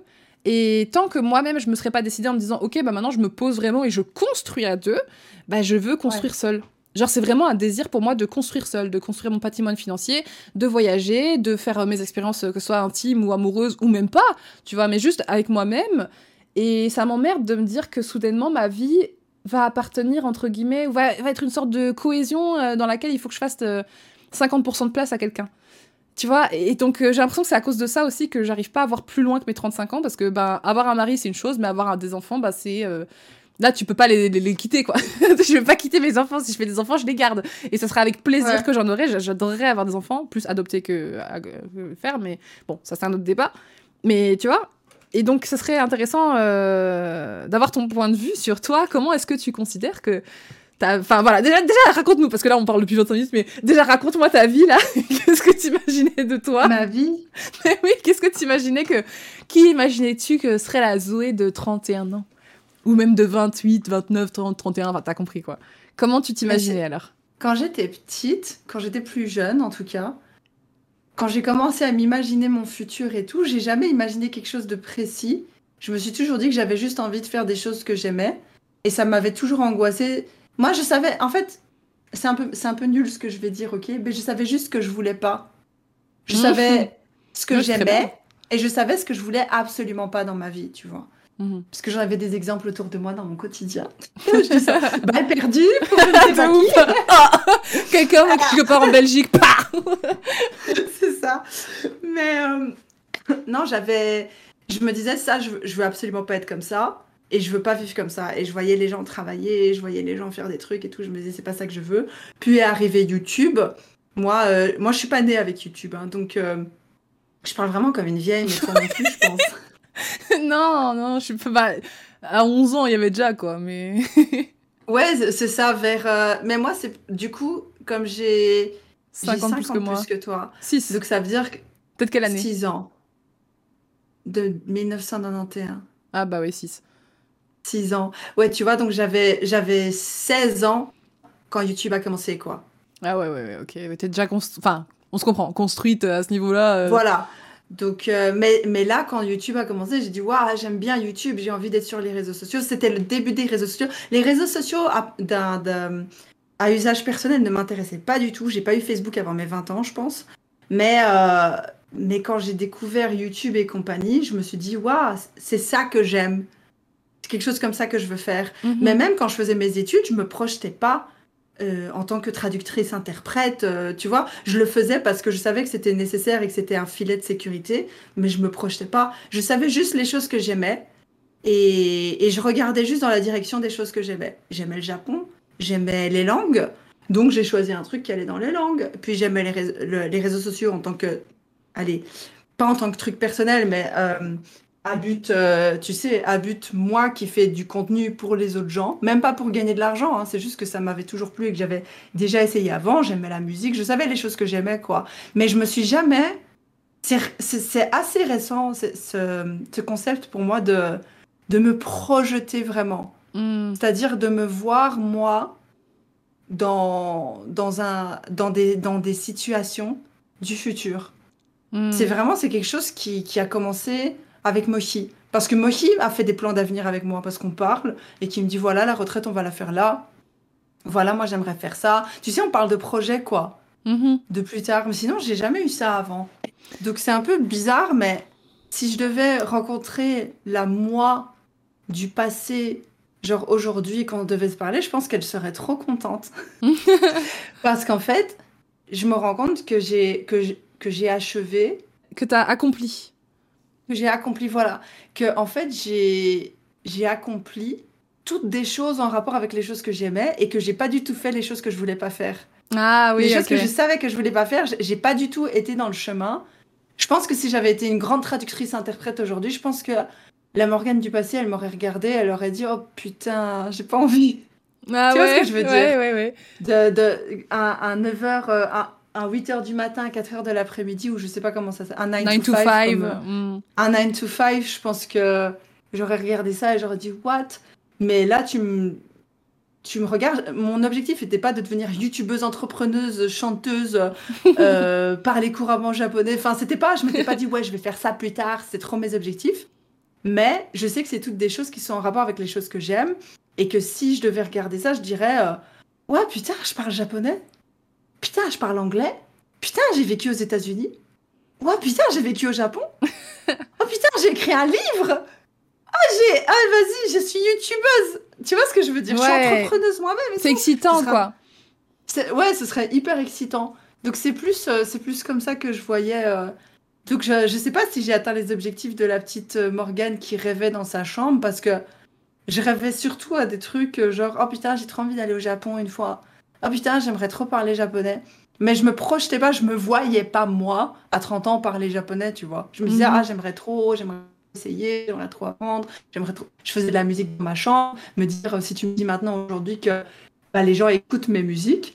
Et tant que moi-même, je me serais pas décidée en me disant « Ok, bah maintenant, je me pose vraiment et je construis à deux », bah je veux construire Ouais. seule. Genre, c'est vraiment un désir pour moi de construire seule, de construire mon patrimoine financier, de voyager, de faire euh, mes expériences, euh, que ce soit intimes ou amoureuses, ou même pas, tu vois, mais juste avec moi-même. Et ça m'emmerde de me dire que soudainement, ma vie va appartenir, entre guillemets, ou va, va être une sorte de cohésion euh, dans laquelle il faut que je fasse euh, cinquante pour cent de place à quelqu'un. Tu vois, et, et donc euh, j'ai l'impression que c'est à cause de ça aussi que j'arrive pas à voir plus loin que mes trente-cinq ans, parce que bah, avoir un mari c'est une chose, mais avoir un, des enfants, bah, c'est... Euh... Là, tu peux pas les, les, les quitter, quoi. Je vais pas quitter mes enfants. Si je fais des enfants, je les garde. Et ça sera avec plaisir Ouais. que j'en aurai. J'adorerais avoir des enfants, plus adopter que à, que faire, mais bon, ça c'est un autre débat. Mais tu vois, et donc, ce serait intéressant euh, d'avoir ton point de vue sur toi. Comment est-ce que tu considères que... t'as... Enfin, voilà, déjà, déjà raconte-nous, parce que là, on parle depuis vingt-cinq minutes, mais déjà, raconte-moi ta vie, là. Qu'est-ce que tu imaginais de toi ? Ma vie. Mais oui, qu'est-ce que tu imaginais que... Qui imaginais-tu que serait la Zoé de trente et un ans ? Ou même de vingt-huit, vingt-neuf, trente, trente et un, enfin, t'as compris, quoi. Comment tu t'imaginais, alors ? Quand j'étais petite, quand j'étais plus jeune en tout cas, quand j'ai commencé à m'imaginer mon futur et tout, j'ai jamais imaginé quelque chose de précis. Je me suis toujours dit que j'avais juste envie de faire des choses que j'aimais. Et ça m'avait toujours angoissée. Moi, je savais, en fait, c'est un peu, c'est un peu nul ce que je vais dire, ok? Mais je savais juste ce que je voulais pas. Je Mmh. savais ce que Ouais, c'est très bien. j'aimais et je savais ce que je voulais absolument pas dans ma vie, tu vois. Mhm. Parce que j'en avais des exemples autour de moi dans mon quotidien. Je dis ça. Balle perdue pour je ne sais pas De qui. ouf. Ah, quelqu'un qui quelque part en Belgique, pah. C'est ça. Mais euh, non, j'avais. Je me disais, ça, je veux, je veux absolument pas être comme ça. Et je veux pas vivre comme ça. Et je voyais les gens travailler, je voyais les gens faire des trucs et tout. Je me disais, c'est pas ça que je veux. Puis est arrivé YouTube. Moi, euh, moi je suis pas née avec YouTube. Hein, donc, euh, je parle vraiment comme une vieille, mais toi non plus, je pense. Non, non, je suis pas... Bah, à onze ans, il y avait déjà, quoi, mais... Ouais, c'est c'est ça, vers. euh, Mais moi, c'est du coup, comme j'ai. J'ai cinq ans de cinq plus ans que de moi. plus que toi. six. Donc, ça veut dire que Peut-être quelle année ? six ans. De mille neuf cent quatre-vingt-onze. Ah bah oui, six. six ans. Ouais, tu vois, donc j'avais j'avais seize ans quand YouTube a commencé, quoi. Ah ouais, ouais, ouais, ok. Mais t'es déjà construite... Enfin, on se comprend, construite à ce niveau-là. euh. Voilà. Donc, euh, mais, mais là, quand YouTube a commencé, j'ai dit, waouh, j'aime bien YouTube, j'ai envie d'être sur les réseaux sociaux. C'était le début des réseaux sociaux. Les réseaux sociaux à, d'un, d'un- à usage personnel ne m'intéressaient pas du tout. J'ai pas eu Facebook avant mes vingt ans, je pense. Mais, euh, mais quand j'ai découvert YouTube et compagnie, je me suis dit, waouh, c'est ça que j'aime. C'est quelque chose comme ça que je veux faire. Mhm. Mais même quand je faisais mes études, je me projetais pas euh, en tant que traductrice-interprète, euh, tu vois. Je le faisais parce que je savais que c'était nécessaire et que c'était un filet de sécurité, mais je me projetais pas. Je savais juste les choses que j'aimais et, et je regardais juste dans la direction des choses que j'aimais. J'aimais le Japon, j'aimais les langues, donc j'ai choisi un truc qui allait dans les langues. Puis j'aimais les, rése- le- les réseaux sociaux en tant que... Allez, pas en tant que truc personnel, mais... euh, à but, euh, tu sais, à but, moi qui fais du contenu pour les autres gens, même pas pour gagner de l'argent, hein, c'est juste que ça m'avait toujours plu et que j'avais déjà essayé avant, j'aimais la musique, je savais les choses que j'aimais, quoi. Mais je me suis jamais... C'est c'est- c'est assez récent, c'est- ce, ce concept pour moi de, de me projeter vraiment. Mm. C'est-à-dire de me voir, moi, dans, dans, un, dans, des, dans des situations du futur. Mm. C'est vraiment, c'est quelque chose qui, qui a commencé avec Mochi. Parce que Mochi a fait des plans d'avenir avec moi, parce qu'on parle, et qui me dit, voilà, la retraite, on va la faire là. Voilà, moi, j'aimerais faire ça. Tu sais, on parle de projet, quoi, Mhm. de plus tard. Mais sinon, j'ai jamais eu ça avant. Donc, c'est un peu bizarre, mais si je devais rencontrer la moi du passé, genre aujourd'hui, quand on devait se parler, je pense qu'elle serait trop contente. Parce qu'en fait, je me rends compte que j'ai... que j'ai- que j'ai achevé, Que t'as accompli. que j'ai accompli, voilà. Que, en fait, j'ai, j'ai accompli toutes des choses en rapport avec les choses que j'aimais et que j'ai pas du tout fait les choses que je voulais pas faire. Ah Les oui, choses ok. que je savais que je voulais pas faire, j'ai j'ai pas du tout été dans le chemin. Je pense que si j'avais été une grande traductrice-interprète aujourd'hui, je pense que la Morgane du passé, elle m'aurait regardée, elle aurait dit: oh putain, j'ai pas envie. Ah Tu vois ce que ouais, je veux dire? ouais, ouais, ouais. De, de, à, à neuf heures, euh, à, à huit heures du matin, à quatre heures de l'après-midi, ou je sais pas comment ça s'appelle, un nine nine to to five five. comme euh, hmm. un nine to five, je pense que j'aurais regardé ça et j'aurais dit what? Mais là, tu me tu me regardes, mon objectif n'était pas de devenir youtubeuse, entrepreneuse, chanteuse, euh, parler couramment japonais. Enfin, c'était pas, je m'étais pas dit ouais, je vais faire ça plus tard, c'est trop mes objectifs. Mais je sais que c'est toutes des choses qui sont en rapport avec les choses que j'aime et que si je devais regarder ça, je dirais euh, ouais, putain, je parle japonais. Putain, je parle anglais. Putain, j'ai vécu aux États-Unis. Ouais, putain, j'ai vécu au Japon. Oh putain, j'ai écrit un livre. J'ai... Ah, vas-y, je suis youtubeuse. Tu vois ce que je veux dire? Je suis Ouais. entrepreneuse moi-même. et C'est tout. excitant, Ce sera- quoi. C'est- Ouais, ce serait hyper excitant. Donc c'est plus, euh, c'est plus comme ça que je voyais. euh, Donc je, je sais pas si j'ai atteint les objectifs de la petite euh, Morgane qui rêvait dans sa chambre parce que je rêvais surtout à des trucs euh, genre oh putain j'ai trop envie d'aller au Japon une fois. Oh putain j'aimerais trop parler japonais. Mais je me projetais pas, je me voyais pas moi à trente ans parler japonais, tu vois. Je me disais Mhm. ah j'aimerais trop, j'aimerais essayer, j'aimerais trop apprendre, j'aimerais trop. Je faisais de la musique dans ma chambre, me dire euh, si tu me dis maintenant aujourd'hui que bah, les gens écoutent mes musiques.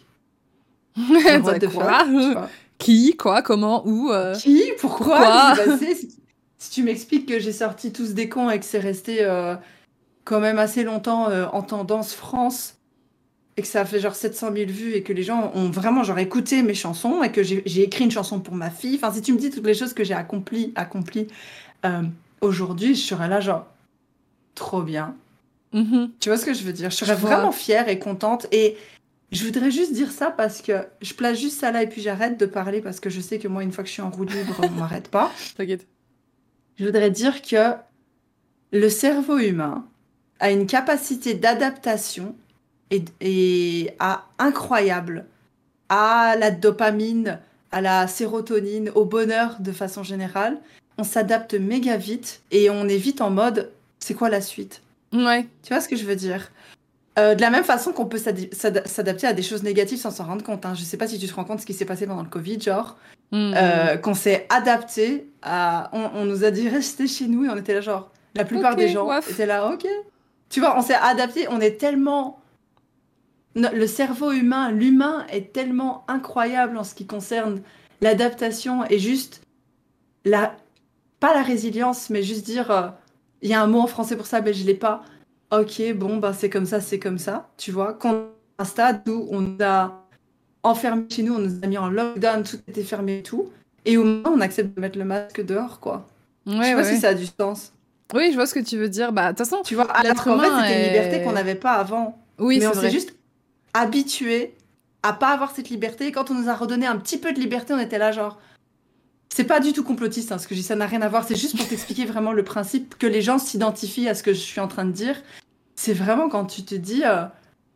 Genre, what the Quoi? fuck, tu vois. Qui? Quoi? Comment? Où? euh, Qui? Pourquoi? Pourquoi? Qu'est-ce qui s'est passé? Si, si tu m'expliques que j'ai sorti Tous des cons et que c'est resté euh, quand même assez longtemps euh, en tendance France et que ça a fait genre sept cent mille vues et que les gens ont vraiment genre écouté mes chansons et que j'ai j'ai écrit une chanson pour ma fille. Enfin, si tu me dis toutes les choses que j'ai accomplies, accomplies euh, aujourd'hui, je serais là genre trop bien. Mhm. Tu vois ce que je veux dire? Je serais Je vois. vraiment fière et contente. Et je voudrais juste dire ça parce que je place juste ça là et puis j'arrête de parler parce que je sais que moi, une fois que je suis en roue libre, on m'arrête pas. T'inquiète. Je voudrais dire que le cerveau humain a une capacité d'adaptation et, et à- incroyable à la dopamine, à la sérotonine, au bonheur de façon générale. On s'adapte méga vite et on est vite en mode c'est quoi la suite? Ouais. Tu vois ce que je veux dire? Euh, de la même façon qu'on peut s'adi- s'ada- s'adapter à des choses négatives sans s'en rendre compte. Hein. Je sais pas si tu te rends compte de ce qui s'est passé pendant le Covid, genre, Mhm. euh, qu'on s'est adapté à. On, on nous a dit rester chez nous et on était là, genre, la plupart Ok, des gens waf. étaient là, ok. Tu vois, on s'est adapté, on est tellement. No- le cerveau humain, l'humain est tellement incroyable en ce qui concerne l'adaptation et juste la. Pas la résilience, mais juste dire. euh, Il y a un mot en français pour ça, mais je l'ai pas. Ok, bon, bah c'est comme ça, c'est comme ça. Tu vois, qu'on est à un stade où on nous a enfermés chez nous, on nous a mis en lockdown, tout était fermé et tout. Et où maintenant on accepte de mettre le masque dehors, quoi. Je Ouais, sais pas ouais. si ça a du sens. Oui, je vois ce que tu veux dire. Bah, de toute façon, Tu vois, alors l'être qu'en fait, humain c'était une liberté est- qu'on n'avait pas avant. Oui, Mais c'est on s'est vrai. juste habitué à pas avoir cette liberté. Et quand on nous a redonné un petit peu de liberté, on était là, genre. C'est pas du tout complotiste, hein, ce que je dis, ça n'a rien à voir. C'est juste pour t'expliquer vraiment le principe que les gens s'identifient à ce que je suis en train de dire. C'est vraiment quand tu te dis, euh,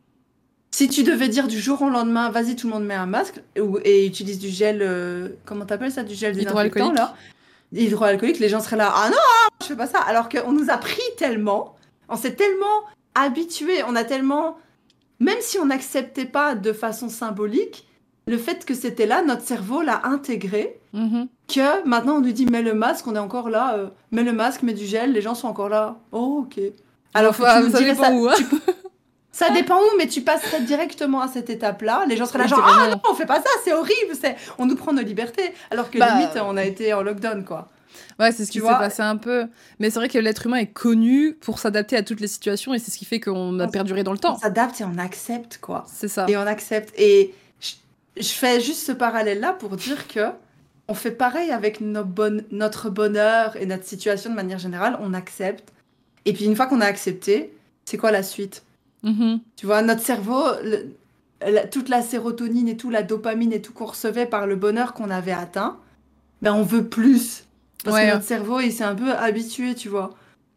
si tu devais dire du jour au lendemain, vas-y, tout le monde met un masque ou- et utilise du gel, euh, comment t'appelles ça, du gel désinfectant, Hydroalcoolique. là, hydroalcoolique, les gens seraient là, ah non, je fais pas ça. Alors qu'on nous a pris tellement, on s'est tellement habitués, on a tellement, même si on n'acceptait pas de façon symbolique, le fait que c'était là, notre cerveau l'a intégré. Mhm. Que maintenant on nous dit mets le masque, on est encore là, euh, mets le masque, mets du gel, les gens sont encore là. Oh ok. Alors que Enfin, tu nous ça dirais dépend ça, où, hein. tu- ça dépend où, mais tu passerais directement à cette étape-là. Les gens seraient là Oui, genre c'est ah vraiment- non, on fait pas ça, c'est horrible, c'est on nous prend nos libertés. Alors que Bah, limite on a été en lockdown quoi. Ouais, c'est ce Tu qui s'est vois. passé un peu. Mais c'est vrai que l'être humain est connu pour s'adapter à toutes les situations et c'est ce qui fait qu'on a On- perduré dans le On temps. s'adapte et on accepte quoi. C'est ça. Et on accepte. Et je, je fais juste ce parallèle-là pour dire que on fait pareil avec nos bonnes- notre bonheur et notre situation de manière générale, on accepte. Et puis une fois qu'on a accepté, c'est quoi la suite? Mhm. Tu vois, notre cerveau, le- la- toute la sérotonine et tout, la dopamine et tout qu'on recevait par le bonheur qu'on avait atteint, ben on veut plus. Parce Ouais. que notre cerveau, il s'est un peu habitué, tu vois.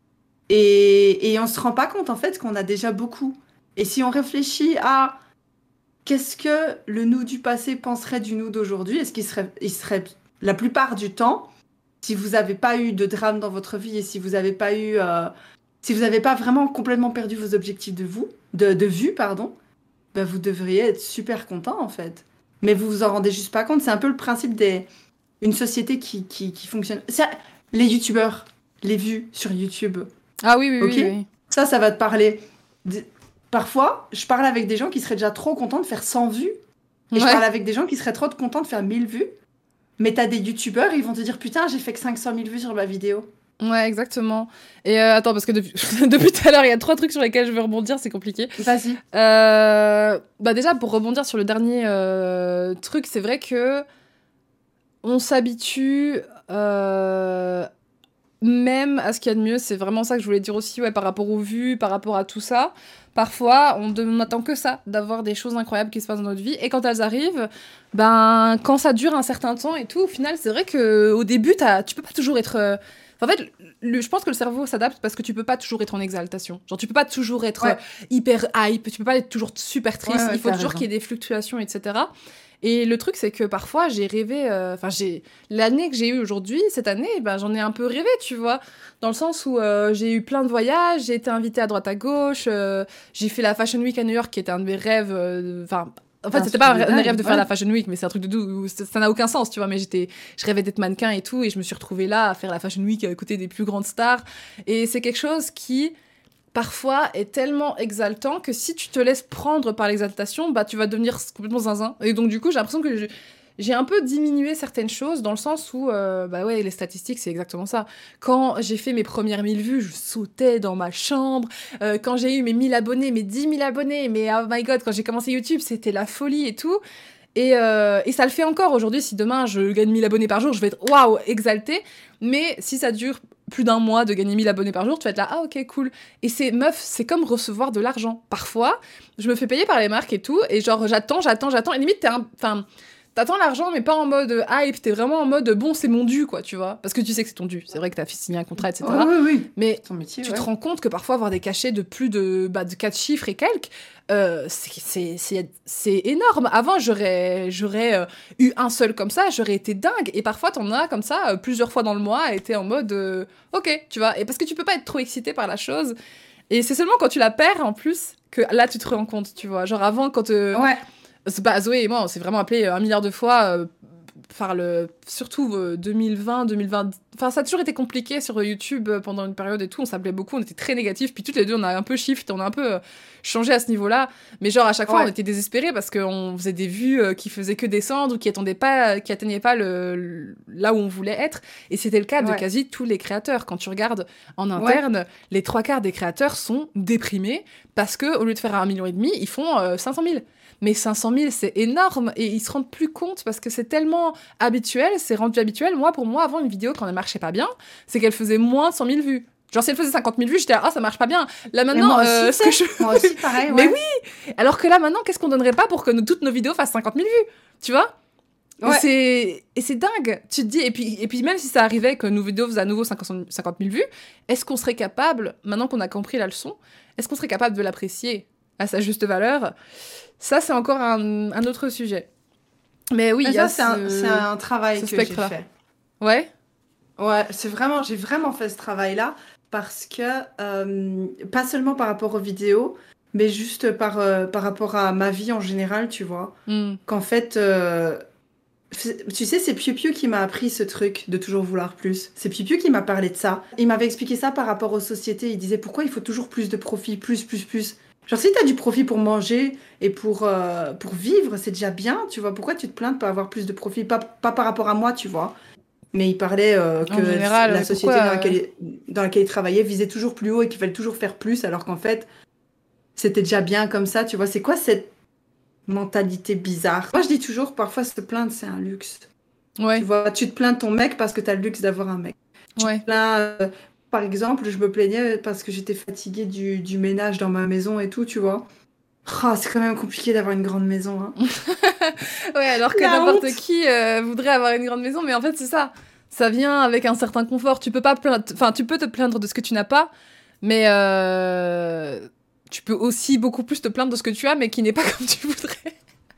Et, et on se rend pas compte, en fait, qu'on a déjà beaucoup. Et si on réfléchit à qu'est-ce que le nous du passé penserait du nous d'aujourd'hui, est-ce qu'il serait, il serait la plupart du temps, si vous n'avez pas eu de drame dans votre vie et si vous n'avez pas eu, euh, si vous n'avez pas vraiment complètement perdu vos objectifs de vous, de, de vue, pardon, ben vous devriez être super content en fait. Mais vous vous en rendez juste pas compte. C'est un peu le principe des, une société qui, qui, qui fonctionne. Ça, les youtubeurs, les vues sur YouTube. Ah oui, oui, Ok. oui, oui. Ça, ça va te parler. de- Parfois, je parle avec des gens qui seraient déjà trop contents de faire cent vues. Et je Ouais. parle avec des gens qui seraient trop contents de faire mille vues. Mais t'as des youtubeurs, ils vont te dire putain, j'ai fait que cinq cent mille vues sur ma vidéo. Ouais, exactement. Et euh, attends, parce que depuis, depuis tout à l'heure, il y a trois trucs sur lesquels je veux rebondir, c'est compliqué. Vas-y. Euh, bah déjà, pour rebondir sur le dernier euh, truc, c'est vrai que on s'habitue euh, même à ce qu'il y a de mieux. C'est vraiment ça que je voulais dire aussi, ouais, par rapport aux vues, par rapport à tout ça. Parfois, on de- on n'attend que ça, d'avoir des choses incroyables qui se passent dans notre vie. Et quand elles arrivent, ben, quand ça dure un certain temps et tout, au final, c'est vrai qu'au début, t'as- tu peux pas toujours être... euh, En fait, le- je pense que le cerveau s'adapte parce que tu peux pas toujours être en exaltation. Genre, tu peux pas toujours être Ouais. euh, hyper hype, tu peux pas être toujours super triste. Ouais, ouais, Il faut t'as toujours raison. qu'il y ait des fluctuations, et cetera. Et le truc, c'est que parfois, j'ai rêvé... euh, Enfin, j'ai... L'année que j'ai eue aujourd'hui, cette année, ben, j'en ai un peu rêvé, tu vois. Dans le sens où euh, j'ai eu plein de voyages, j'ai été invitée à droite à gauche, euh, j'ai fait la Fashion Week à New York, qui était un de mes rêves... euh, Enfin... En fait, Ah, c'était pas un c'est rêve, un dingue, rêve de faire ouais. la Fashion Week, mais c'est un truc de doux. Ça ça n'a aucun sens, tu vois. Mais j'étais, je rêvais d'être mannequin et tout, et je me suis retrouvée là à faire la Fashion Week à côté des plus grandes stars. Et c'est quelque chose qui, parfois, est tellement exaltant que si tu te laisses prendre par l'exaltation, bah, tu vas devenir complètement zinzin. Et donc, du coup, j'ai l'impression que je- j'ai un peu diminué certaines choses dans le sens où, euh, bah ouais, les statistiques, c'est exactement ça. Quand j'ai fait mes premières mille vues, je sautais dans ma chambre. Euh, quand j'ai eu mes mille abonnés, mes dix mille abonnés, mais oh my god, quand j'ai commencé YouTube, c'était la folie et tout. Et, euh, et ça le fait encore aujourd'hui. Si demain je gagne mille abonnés par jour, je vais être waouh, exaltée. Mais si ça dure plus d'un mois de gagner mille abonnés par jour, tu vas être là, ah ok, cool. Et c'est, meuf, c'est comme recevoir de l'argent. Parfois, je me fais payer par les marques et tout, et genre j'attends, j'attends, j'attends, et limite, t'es un. Enfin. T'attends l'argent, mais pas en mode hype, t'es vraiment en mode bon, c'est mon dû, quoi, tu vois. Parce que tu sais que c'est ton dû. C'est vrai que t'as signé un contrat, et cetera. Oui, oui, oui. Mais Ton métier, tu ouais. te rends compte que parfois avoir des cachets de plus de, bah, de quatre chiffres et quelques, euh, c'est- c'est c'est- c'est énorme. Avant, j'aurais j'aurais euh, eu un seul comme ça, j'aurais été dingue. Et parfois, t'en as comme ça, euh, plusieurs fois dans le mois, et t'es en mode euh, ok, tu vois. Et parce que tu peux pas être trop excité par la chose. Et c'est seulement quand tu la perds, en plus, que là, tu te rends compte, tu vois. Genre avant, quand... euh, Ouais. c'est pas Zoé et moi, on s'est vraiment appelé un milliard de fois euh, par le surtout euh, deux mille vingt, deux mille vingt. Enfin, ça a toujours été compliqué sur YouTube euh, pendant une période et tout. On s'appelait beaucoup, on était très négatifs. Puis toutes les deux, on a un peu shift, on a un peu euh, changé à ce niveau-là. Mais genre à chaque fois, Ouais. on était désespérés parce qu'on faisait des vues euh, qui faisaient que descendre ou qui attendaient pas, qui atteignaient pas le, le- là où on voulait être. Et c'était le cas de Ouais. quasi tous les créateurs. Quand tu regardes en interne, les trois quarts des créateurs sont déprimés parce que au lieu de faire un million et demi, ils font euh, cinq cent mille. Mais cinq cent mille, c'est énorme et ils se rendent plus compte parce que c'est tellement habituel, c'est rendu habituel. Moi, pour moi, avant une vidéo, quand elle marchait pas bien, c'est qu'elle faisait moins de cent mille vues. Genre, si elle faisait cinquante mille vues, j'étais là, ah, ça marche pas bien. Là, Et maintenant, moi euh, aussi, ce que tu sais. je... Moi aussi, pareil, Mais ouais. oui. Alors que là, maintenant, qu'est-ce qu'on donnerait pas pour que nous- toutes nos vidéos fassent cinquante mille vues, tu vois? Et Ouais. c'est et c'est dingue. Tu te dis, et puis, et puis même si ça arrivait que nos vidéos faisaient à nouveau cinquante mille vues, est-ce qu'on serait capable, maintenant qu'on a compris la leçon, est-ce qu'on serait capable de l'apprécier à sa juste valeur? Ça, c'est encore un, un autre sujet. Mais oui, Mais il y a ça, c'est un, ce- c'est un travail ce que j'ai spectre-là. fait. Ouais. Ouais, c'est vraiment, j'ai vraiment fait ce travail-là parce que, euh, pas seulement par rapport aux vidéos, mais juste par, euh, par rapport à ma vie en général, tu vois. Hmm. Qu'en fait, euh, c'est- tu sais, c'est Piu Piu qui m'a appris ce truc de toujours vouloir plus. C'est Piu Piu qui m'a parlé de ça. Il m'avait expliqué ça par rapport aux sociétés. Il disait pourquoi il faut toujours plus de profit, plus, plus, plus. Genre, si t'as du profit pour manger et pour, euh, pour vivre, c'est déjà bien, tu vois. Pourquoi tu te plains de pas avoir plus de profit? Pas, pas par rapport à moi, tu vois. Mais il parlait euh, que En général, la ouais, société pourquoi, dans laquelle, il, dans laquelle il travaillait visait toujours plus haut et qu'il fallait toujours faire plus, alors qu'en fait, c'était déjà bien comme ça, tu vois. C'est quoi cette mentalité bizarre? Moi, je dis toujours, parfois, se plaindre, c'est un luxe. Ouais. Tu vois, tu te plains de ton mec parce que t'as le luxe d'avoir un mec. Ouais. Plains, euh, par exemple, je me plaignais parce que j'étais fatiguée du, du ménage dans ma maison et tout, tu vois. Ah, c'est quand même compliqué d'avoir une grande maison, hein. Ouais, alors que La n'importe honte. qui euh, voudrait avoir une grande maison, mais en fait, c'est ça. Ça vient avec un certain confort. Tu peux pas plaindre... Enfin, tu peux te plaindre de ce que tu n'as pas, mais euh, tu peux aussi beaucoup plus te plaindre de ce que tu as, mais qui n'est pas comme tu voudrais.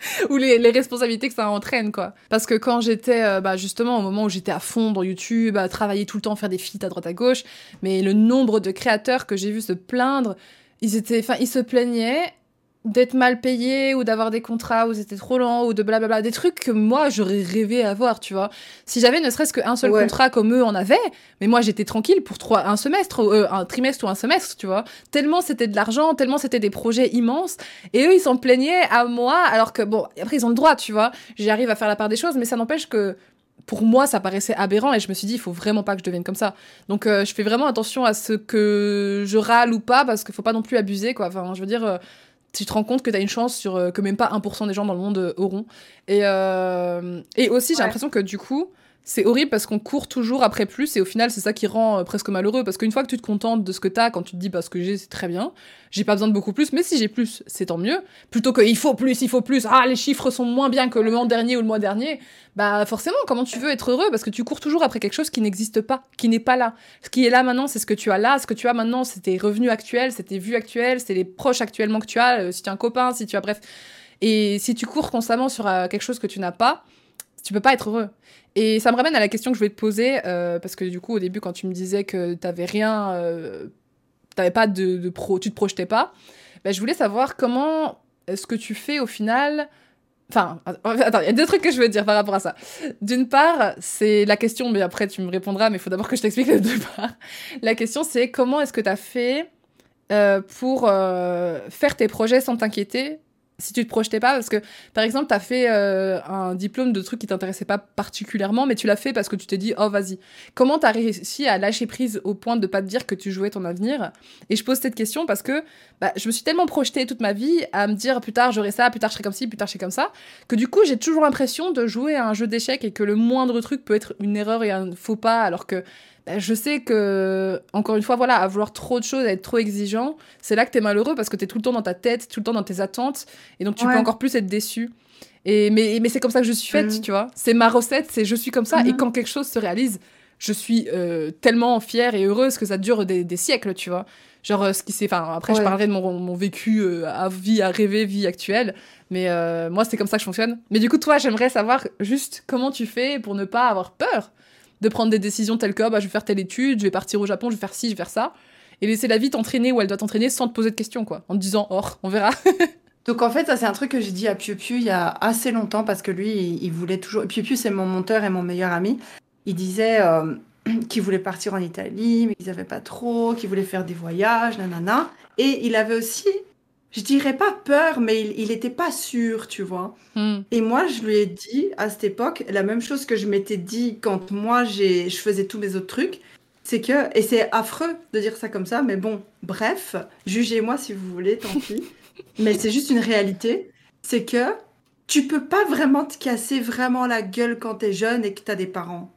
ou les, les responsabilités que ça entraîne, quoi. Parce que quand j'étais, euh, bah, justement, au moment où j'étais à fond dans YouTube, à travailler tout le temps, faire des feats à droite à gauche, mais le nombre de créateurs que j'ai vu se plaindre, ils étaient, enfin, ils se plaignaient d'être mal payés ou d'avoir des contrats où c'était trop lent ou de blablabla, des trucs que moi j'aurais rêvé avoir, tu vois. Si j'avais ne serait-ce qu'un seul Ouais. contrat comme eux en avaient, mais moi j'étais tranquille pour trois, un semestre, euh, un trimestre ou un semestre, tu vois. Tellement c'était de l'argent, tellement c'était des projets immenses, et eux ils s'en plaignaient à moi, alors que bon, après ils ont le droit, tu vois. J'arrive à faire la part des choses, mais ça n'empêche que pour moi, ça paraissait aberrant et je me suis dit, il faut vraiment pas que je devienne comme ça. Donc, euh, je fais vraiment attention à ce que je râle ou pas, parce qu'il faut pas non plus abuser, quoi. Enfin, je veux dire, euh, tu te rends compte que t'as une chance sur euh, que même pas un pour cent des gens dans le monde euh, auront. Et, euh, et aussi, j'ai Ouais. l'impression que du coup, c'est horrible parce qu'on court toujours après plus et au final, c'est ça qui rend euh, presque malheureux. Parce qu'une fois que tu te contentes de ce que t'as, quand tu te dis, bah, ce que j'ai, c'est très bien, j'ai pas besoin de beaucoup plus, mais si j'ai plus, c'est tant mieux. Plutôt que il faut plus, il faut plus, ah, les chiffres sont moins bien que le mois dernier ou le mois dernier, bah, forcément, comment tu veux être heureux? Parce que tu cours toujours après quelque chose qui n'existe pas, qui n'est pas là. Ce qui est là maintenant, c'est ce que tu as là. Ce que tu as maintenant, c'est tes revenus actuels, c'est tes vues actuelles, c'est les proches actuellement que tu as, euh, si tu as un copain, si tu as, bref. Et si tu cours constamment sur euh, quelque chose que tu n'as pas, tu peux pas être heureux. Et ça me ramène à la question que je voulais te poser, euh, parce que du coup, au début, quand tu me disais que t'avais rien, euh, t'avais pas de, de pro, tu te projetais pas, bah, je voulais savoir comment est-ce que tu fais au final. Enfin, attends, il y a deux trucs que je veux dire par rapport à ça. D'une part, c'est la question, mais après tu me répondras, mais il faut d'abord que je t'explique les deux parts. La question, c'est comment est-ce que t'as fait euh, pour euh, faire tes projets sans t'inquiéter si tu te projetais pas, parce que par exemple t'as fait euh, un diplôme de trucs qui t'intéressaient pas particulièrement, mais tu l'as fait parce que tu t'es dit oh vas-y. Comment t'as réussi à lâcher prise au point de pas te dire que tu jouais ton avenir? Et je pose cette question parce que bah, je me suis tellement projetée toute ma vie à me dire plus tard j'aurai ça, plus tard je serai comme ci, plus tard je serai comme ça, que du coup j'ai toujours l'impression de jouer à un jeu d'échecs et que le moindre truc peut être une erreur et un faux pas, alors que bah, je sais que, encore une fois, voilà, à vouloir trop de choses, à être trop exigeant, c'est là que t'es malheureux parce que t'es tout le temps dans ta tête, tout le temps dans tes attentes, et donc tu Ouais. peux encore plus être déçu. Et, mais, mais c'est comme ça que je suis faite, Mhm. tu vois. C'est ma recette, c'est je suis comme ça, et Mhm. quand quelque chose se réalise, je suis euh, tellement fière et heureuse que ça dure des, des siècles, tu vois. Genre, euh, ce qui s'est... Enfin, après, je Ouais. parlerai de mon, mon vécu euh, à vie, à rêver, vie actuelle, mais euh, moi, c'est comme ça que je fonctionne. Mais du coup, toi, j'aimerais savoir juste comment tu fais pour ne pas avoir peur de prendre des décisions telles que oh, bah, je vais faire telle étude, je vais partir au Japon, je vais faire ci, je vais faire ça, et laisser la vie t'entraîner où elle doit t'entraîner sans te poser de questions, quoi, en te disant oh, on verra. Donc en fait, ça c'est un truc que j'ai dit à Piu Piu il y a assez longtemps parce que lui, il, il voulait toujours. Piu Piu, c'est mon monteur et mon meilleur ami. Il disait euh, qu'il voulait partir en Italie, mais qu'ils n'avaient pas trop, qu'il voulait faire des voyages, nanana. Et il avait aussi, je dirais pas peur, mais il, il était pas sûr, tu vois. Hmm. Et moi, je lui ai dit à cette époque la même chose que je m'étais dit quand moi j'ai, je faisais tous mes autres trucs. C'est que, et c'est affreux de dire ça comme ça, mais bon, bref, jugez-moi si vous voulez, tant pis. Mais c'est juste une réalité. C'est que tu peux pas vraiment te casser vraiment la gueule quand t'es jeune et que t'as des parents.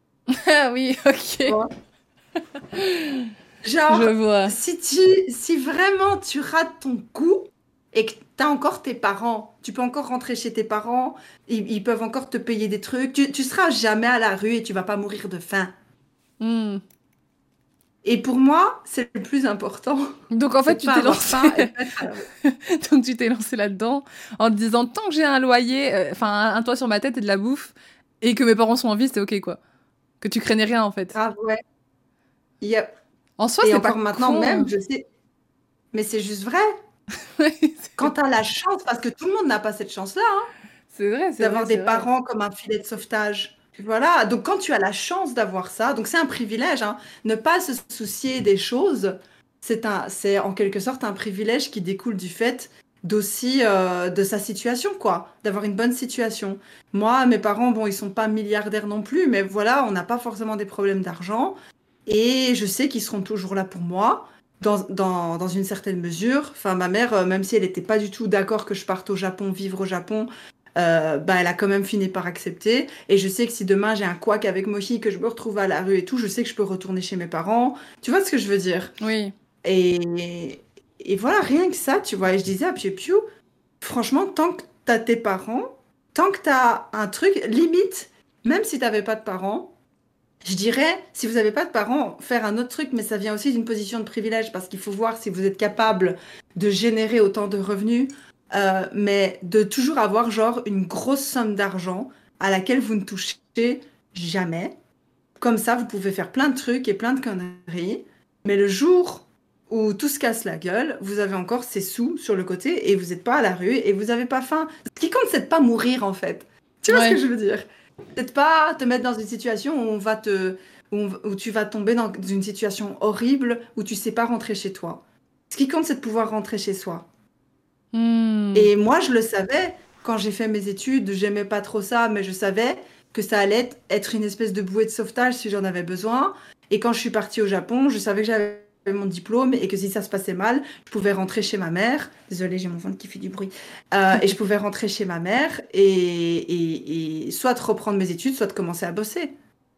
Ah oui, Tu ok, vois. Genre, je vois. si tu, si vraiment tu rates ton coup et que t'as encore tes parents, tu peux encore rentrer chez tes parents, ils, ils peuvent encore te payer des trucs, tu, tu seras jamais à la rue et tu vas pas mourir de faim. Hmm. Et pour moi, c'est le plus important. Donc en C'est fait, de tu pas t'es avoir lancé... faim et pas être à la rue. Donc tu t'es lancé là-dedans en te disant tant que j'ai un loyer, euh, enfin un, un toit sur ma tête et de la bouffe, et que mes parents sont en vie, c'était ok, quoi. Que tu craignais rien, en fait. Grave, ouais. Il y a- En soi, Et c'est pas encore maintenant con, même, hein. je sais. Mais c'est juste vrai. Ouais, Quand tu as la chance, parce que tout le monde n'a pas cette chance-là, hein, c'est vrai, c'est vrai, d'avoir c'est des vrai. parents comme un filet de sauvetage. Voilà, donc quand tu as la chance d'avoir ça, donc c'est un privilège, hein, ne pas se soucier des choses, c'est un, c'est en quelque sorte un privilège qui découle du fait d'aussi euh, de sa situation, quoi, d'avoir une bonne situation. Moi, mes parents, bon, ils sont pas milliardaires non plus, mais voilà, on n'a pas forcément des problèmes d'argent, et je sais qu'ils seront toujours là pour moi. Dans, dans, dans une certaine mesure. Enfin, ma mère, euh, même si elle n'était pas du tout d'accord que je parte au Japon, vivre au Japon, euh, bah, elle a quand même fini par accepter. Et je sais que si demain j'ai un couac avec Mohi, que je me retrouve à la rue et tout, je sais que je peux retourner chez mes parents. Tu vois ce que je veux dire? Oui. Et, et voilà, rien que ça, tu vois. Et je disais à Piu Piu, franchement, tant que t'as tes parents, tant que t'as un truc, limite, même si t'avais pas de parents, je dirais, si vous n'avez pas de parents, faire un autre truc, mais ça vient aussi d'une position de privilège parce qu'il faut voir si vous êtes capable de générer autant de revenus Euh, mais de toujours avoir genre une grosse somme d'argent à laquelle vous ne touchez jamais. Comme ça, vous pouvez faire plein de trucs et plein de conneries. Mais le jour où tout se casse la gueule, vous avez encore ces sous sur le côté et vous n'êtes pas à la rue et vous n'avez pas faim. Ce qui compte, c'est de pas mourir en fait. Tu vois Ouais. ce que je veux dire? C'est de pas te mettre dans une situation où on va te, où, on- où tu vas tomber dans une situation horrible où tu sais pas rentrer chez toi. Ce qui compte, c'est de pouvoir rentrer chez soi. Hmm. Et moi, je le savais quand j'ai fait mes études, j'aimais pas trop ça, mais je savais que ça allait être- être une espèce de bouée de sauvetage si j'en avais besoin. Et quand je suis partie au Japon, je savais que j'avais mon diplôme et que si ça se passait mal, je pouvais rentrer chez ma mère. Désolée, j'ai mon ventre qui fait du bruit. Euh, et je pouvais rentrer chez ma mère et, et, et soit reprendre mes études, soit de commencer à bosser.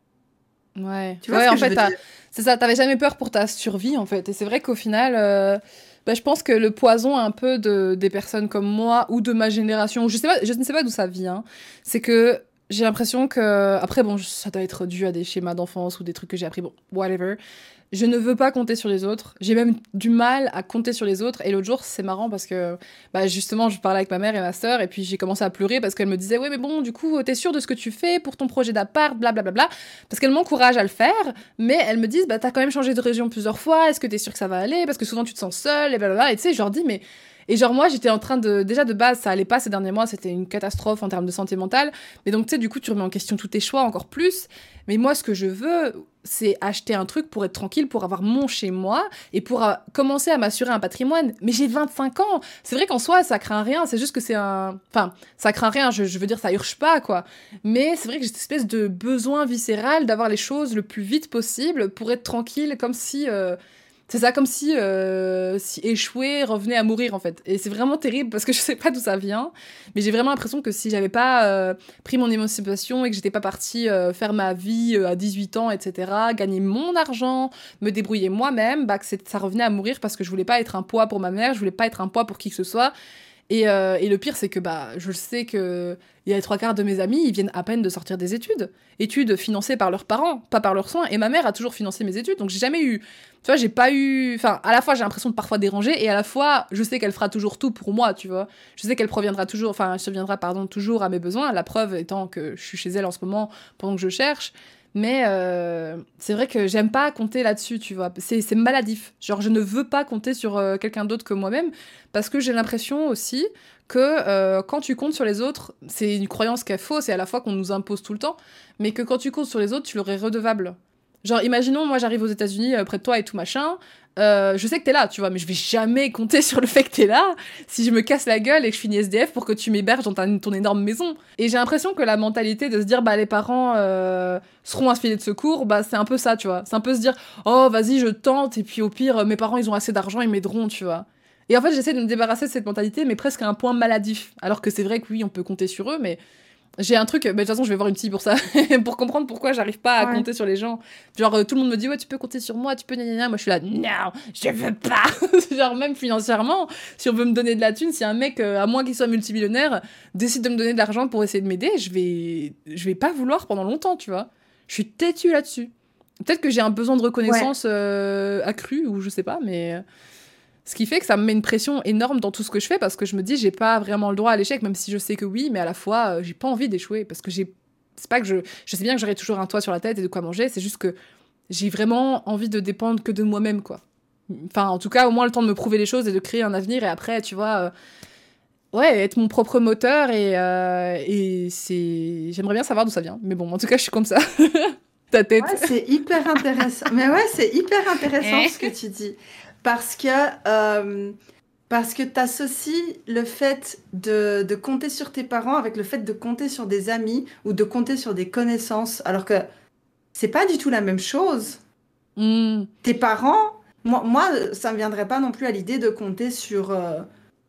Ouais. Tu vois Ouais, ce que en je fait, veux t'as- dire? c'est ça, t'avais jamais peur pour ta survie, en fait. Et c'est vrai qu'au final, euh, bah, je pense que le poison un peu de, des personnes comme moi ou de ma génération, je sais pas, je ne sais pas d'où ça vient, c'est que j'ai l'impression que, après, bon, ça doit être dû à des schémas d'enfance ou des trucs que j'ai appris, bon, whatever. Je ne veux pas compter sur les autres. J'ai même du mal à compter sur les autres. Et l'autre jour, c'est marrant parce que, bah, justement, je parlais avec ma mère et ma sœur, et puis j'ai commencé à pleurer parce qu'elle me disait, ouais, mais bon, du coup, t'es sûre de ce que tu fais pour ton projet d'appart, blablabla. Parce qu'elle m'encourage à le faire, mais elles me disent, bah, t'as quand même changé de région plusieurs fois, est-ce que t'es sûre que ça va aller? Parce que souvent, tu te sens seule, et blablabla. Et tu sais, je leur dis, mais. Et genre, moi, j'étais en train de. Déjà, de base, ça allait pas ces derniers mois, c'était une catastrophe en termes de santé mentale. Mais donc, tu sais, du coup, tu remets en question tous tes choix encore plus. Mais moi, ce que je veux, c'est acheter un truc pour être tranquille, pour avoir mon chez moi et pour euh, commencer à m'assurer un patrimoine. Mais j'ai vingt-cinq ans. C'est vrai qu'en soi, ça craint rien. C'est juste que c'est un. Enfin, ça craint rien, je, je veux dire, ça urge pas, quoi. Mais c'est vrai que j'ai cette espèce de besoin viscéral d'avoir les choses le plus vite possible pour être tranquille, comme si. euh, C'est ça, comme si, euh, si échouer revenait à mourir, en fait. Et c'est vraiment terrible parce que je sais pas d'où ça vient. Mais j'ai vraiment l'impression que si j'avais pas euh, pris mon émancipation et que j'étais pas partie euh, faire ma vie euh, à dix-huit ans, et cetera, gagner mon argent, me débrouiller moi-même, bah que c'est- ça revenait à mourir parce que je voulais pas être un poids pour ma mère, je voulais pas être un poids pour qui que ce soit. Et, euh, et le pire, c'est que bah, je sais que il y a les trois quarts de mes amis, ils viennent à peine de sortir des études. Études financées par leurs parents, pas par leurs soins. Et ma mère a toujours financé mes études, donc j'ai jamais eu... Tu vois, j'ai pas eu... Enfin, à la fois, j'ai l'impression de parfois déranger, et à la fois, je sais qu'elle fera toujours tout pour moi, tu vois. Je sais qu'elle proviendra toujours... Enfin, elle subviendra, pardon, toujours à mes besoins, la preuve étant que je suis chez elle en ce moment pendant que je cherche. Mais euh, c'est vrai que j'aime pas compter là-dessus, tu vois. C'est c'est maladif. Genre, je ne veux pas compter sur euh, quelqu'un d'autre que moi-même, parce que j'ai l'impression aussi que euh, quand tu comptes sur les autres, c'est une croyance qui est fausse et à la fois qu'on nous impose tout le temps, mais que quand tu comptes sur les autres, tu leur es redevable. Genre, imaginons, moi j'arrive aux États-Unis euh, près de toi et tout machin, euh, je sais que t'es là, tu vois, mais je vais jamais compter sur le fait que t'es là si je me casse la gueule et que je finis S D F pour que tu m'héberges dans ta- ton énorme maison. Et j'ai l'impression que la mentalité de se dire, bah les parents euh, seront un filet de secours, bah c'est un peu ça, tu vois. C'est un peu se dire, oh vas-y, je tente, et puis au pire, mes parents ils ont assez d'argent, ils m'aideront, tu vois. Et en fait, j'essaie de me débarrasser de cette mentalité, mais presque à un point maladif. Alors que c'est vrai que oui, on peut compter sur eux, mais j'ai un truc, bah, de toute façon, je vais voir une psy pour ça, pour comprendre pourquoi j'arrive pas à Ouais. compter sur les gens. Genre, euh, tout le monde me dit, ouais, tu peux compter sur moi, tu peux, gna gna gna. Moi, je suis là, non, je veux pas. Genre, même financièrement, si on veut me donner de la thune, si un mec, euh, à moins qu'il soit multimillionnaire, décide de me donner de l'argent pour essayer de m'aider, je vais, je vais pas vouloir pendant longtemps, tu vois. Je suis têtue là-dessus. Peut-être que j'ai un besoin de Ouais. reconnaissance euh, accru, ou je sais pas, mais. Ce qui fait que ça me met une pression énorme dans tout ce que je fais parce que je me dis j'ai pas vraiment le droit à l'échec, même si je sais que oui, mais à la fois euh, j'ai pas envie d'échouer parce que j'ai. C'est pas que je. Je sais bien que j'aurai toujours un toit sur la tête et de quoi manger, c'est juste que j'ai vraiment envie de dépendre que de moi-même, quoi. Enfin, en tout cas, au moins le temps de me prouver les choses et de créer un avenir et après, tu vois. euh, Ouais, être mon propre moteur et, euh, et c'est. J'aimerais bien savoir d'où ça vient. Mais bon, en tout cas, je suis comme ça. Ta tête. Ouais, c'est hyper intéressant. Mais ouais, c'est hyper intéressant Eh ce que tu dis. Parce que, euh, parce que tu associes le fait de, de compter sur tes parents avec le fait de compter sur des amis ou de compter sur des connaissances. Alors que c'est pas du tout la même chose. Hmm. Tes parents, moi, moi ça me viendrait pas non plus à l'idée de compter sur, euh,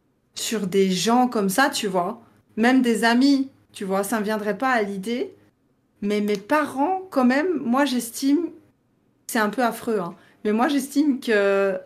sur des gens comme ça, tu vois. Même des amis, tu vois, ça me viendrait pas à l'idée. Mais mes parents, quand même, moi j'estime, c'est un peu affreux, hein, mais moi j'estime que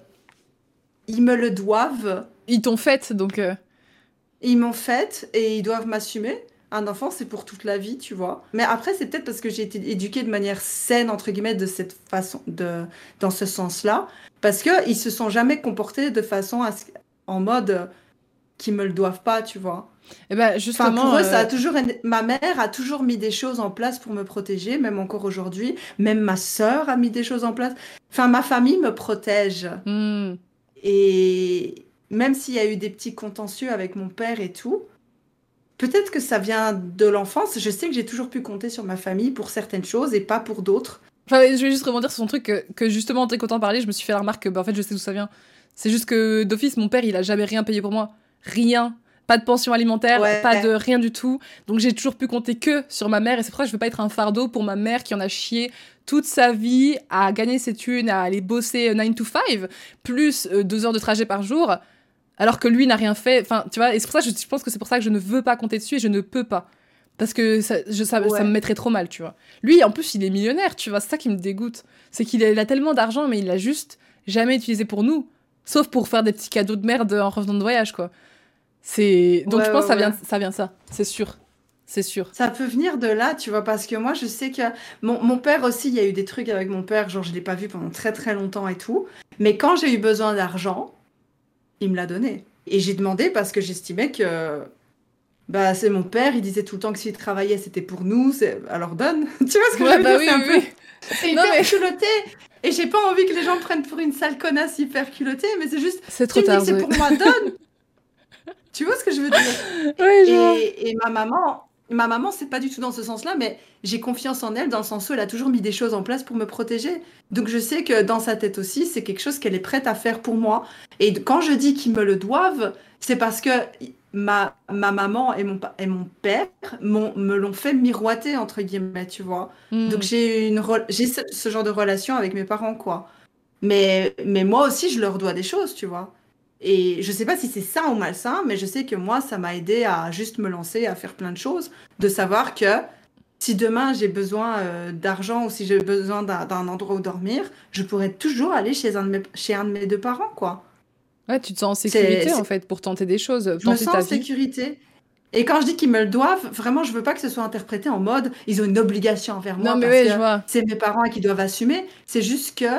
ils me le doivent, Ils t'ont fait, donc. euh, ils m'ont fait et ils doivent m'assumer. Un enfant, c'est pour toute la vie, tu vois. Mais après, c'est peut-être parce que j'ai été éduquée de manière saine, entre guillemets, de cette façon, de, dans ce sens-là. Parce qu'ils se sont jamais comportés de façon à ce- en mode qu'ils me le doivent pas, tu vois. Et ben Enfin, justement, pour eux, ça a euh, toujours... Ma mère a toujours mis des choses en place pour me protéger, même encore aujourd'hui. Même ma sœur a mis des choses en place. Enfin, ma famille me protège. hmm, Et même s'il y a eu des petits contentieux avec mon père et tout, peut-être que ça vient de l'enfance. Je sais que j'ai toujours pu compter sur ma famille pour certaines choses et pas pour d'autres. enfin, je vais juste rebondir sur son truc que, que justement, dès qu'autant parler, je me suis fait la remarque que, bah, en fait, je sais d'où ça vient. C'est juste que d'office, mon père, il a jamais rien payé pour moi. Rien. Pas de pension alimentaire, pas de Ouais, rien du tout. Donc j'ai toujours pu compter que sur ma mère. Et c'est pour ça que je veux pas être un fardeau pour ma mère qui en a chié toute sa vie à gagner ses thunes, à aller bosser nine to five, plus euh, deux heures de trajet par jour, alors que lui n'a rien fait. Enfin, tu vois, et c'est pour ça que je, je pense que c'est pour ça que je ne veux pas compter dessus et je ne peux pas. Parce que ça, je, ça, ça me ouais. mettrait trop mal, tu vois. Lui, en plus, il est millionnaire, tu vois. C'est ça qui me dégoûte. C'est qu'il a, il a tellement d'argent, mais il l'a juste jamais utilisé pour nous. Sauf pour faire des petits cadeaux de merde en revenant de voyage, quoi. C'est... Donc je Ouais, pense ouais, que ça ouais. vient, ça vient ça, c'est sûr. C'est sûr. Ça peut venir de là, tu vois, parce que moi, je sais que mon, mon père aussi, il y a eu des trucs avec mon père, genre je l'ai pas vu pendant très très longtemps et tout. Mais quand j'ai eu besoin d'argent, il me l'a donné. Et j'ai demandé parce que j'estimais que bah c'est mon père, il disait tout le temps que s'il travaillait, c'était pour nous, c'est... alors donne. Tu vois ce que je Ouais, veux bah dire? oui, C'est un oui, peu... oui. C'est Non, hyper mais culotté. Et j'ai pas envie que les gens me prennent pour une sale connasse hyper culottée, mais c'est juste, c'est tu trop me dis tard, que c'est Zoé. pour moi, donne. Tu vois ce que je veux dire? Ouais, je vois. Et, et ma maman, ma maman, c'est pas du tout dans ce sens-là, mais j'ai confiance en elle dans le sens où elle a toujours mis des choses en place pour me protéger. Donc je sais que dans sa tête aussi, c'est quelque chose qu'elle est prête à faire pour moi. Et quand je dis qu'ils me le doivent, c'est parce que ma, ma maman et mon, pa- et mon père m'ont- me l'ont fait miroiter, entre guillemets, tu vois. Donc Hmm. j'ai une, re- j'ai ce, ce genre de relation avec mes parents, quoi. Mais, mais moi aussi, je leur dois des choses, tu vois. Et je sais pas si c'est sain ou malsain, mais je sais que moi, ça m'a aidé à juste me lancer, à faire plein de choses, de savoir que si demain j'ai besoin euh, d'argent ou si j'ai besoin d'un d'un endroit où dormir, je pourrais toujours aller chez un de mes, chez un de mes deux parents, quoi. Ouais, tu te sens en C'est, sécurité, en c'est- fait, pour tenter des choses, je me tenter sens ta en vie. sécurité. Et quand je dis qu'ils me le doivent, vraiment, je veux pas que ce soit interprété en mode ils ont une obligation envers Non, moi mais parce ouais, que je vois. c'est mes parents qui doivent assumer. C'est juste que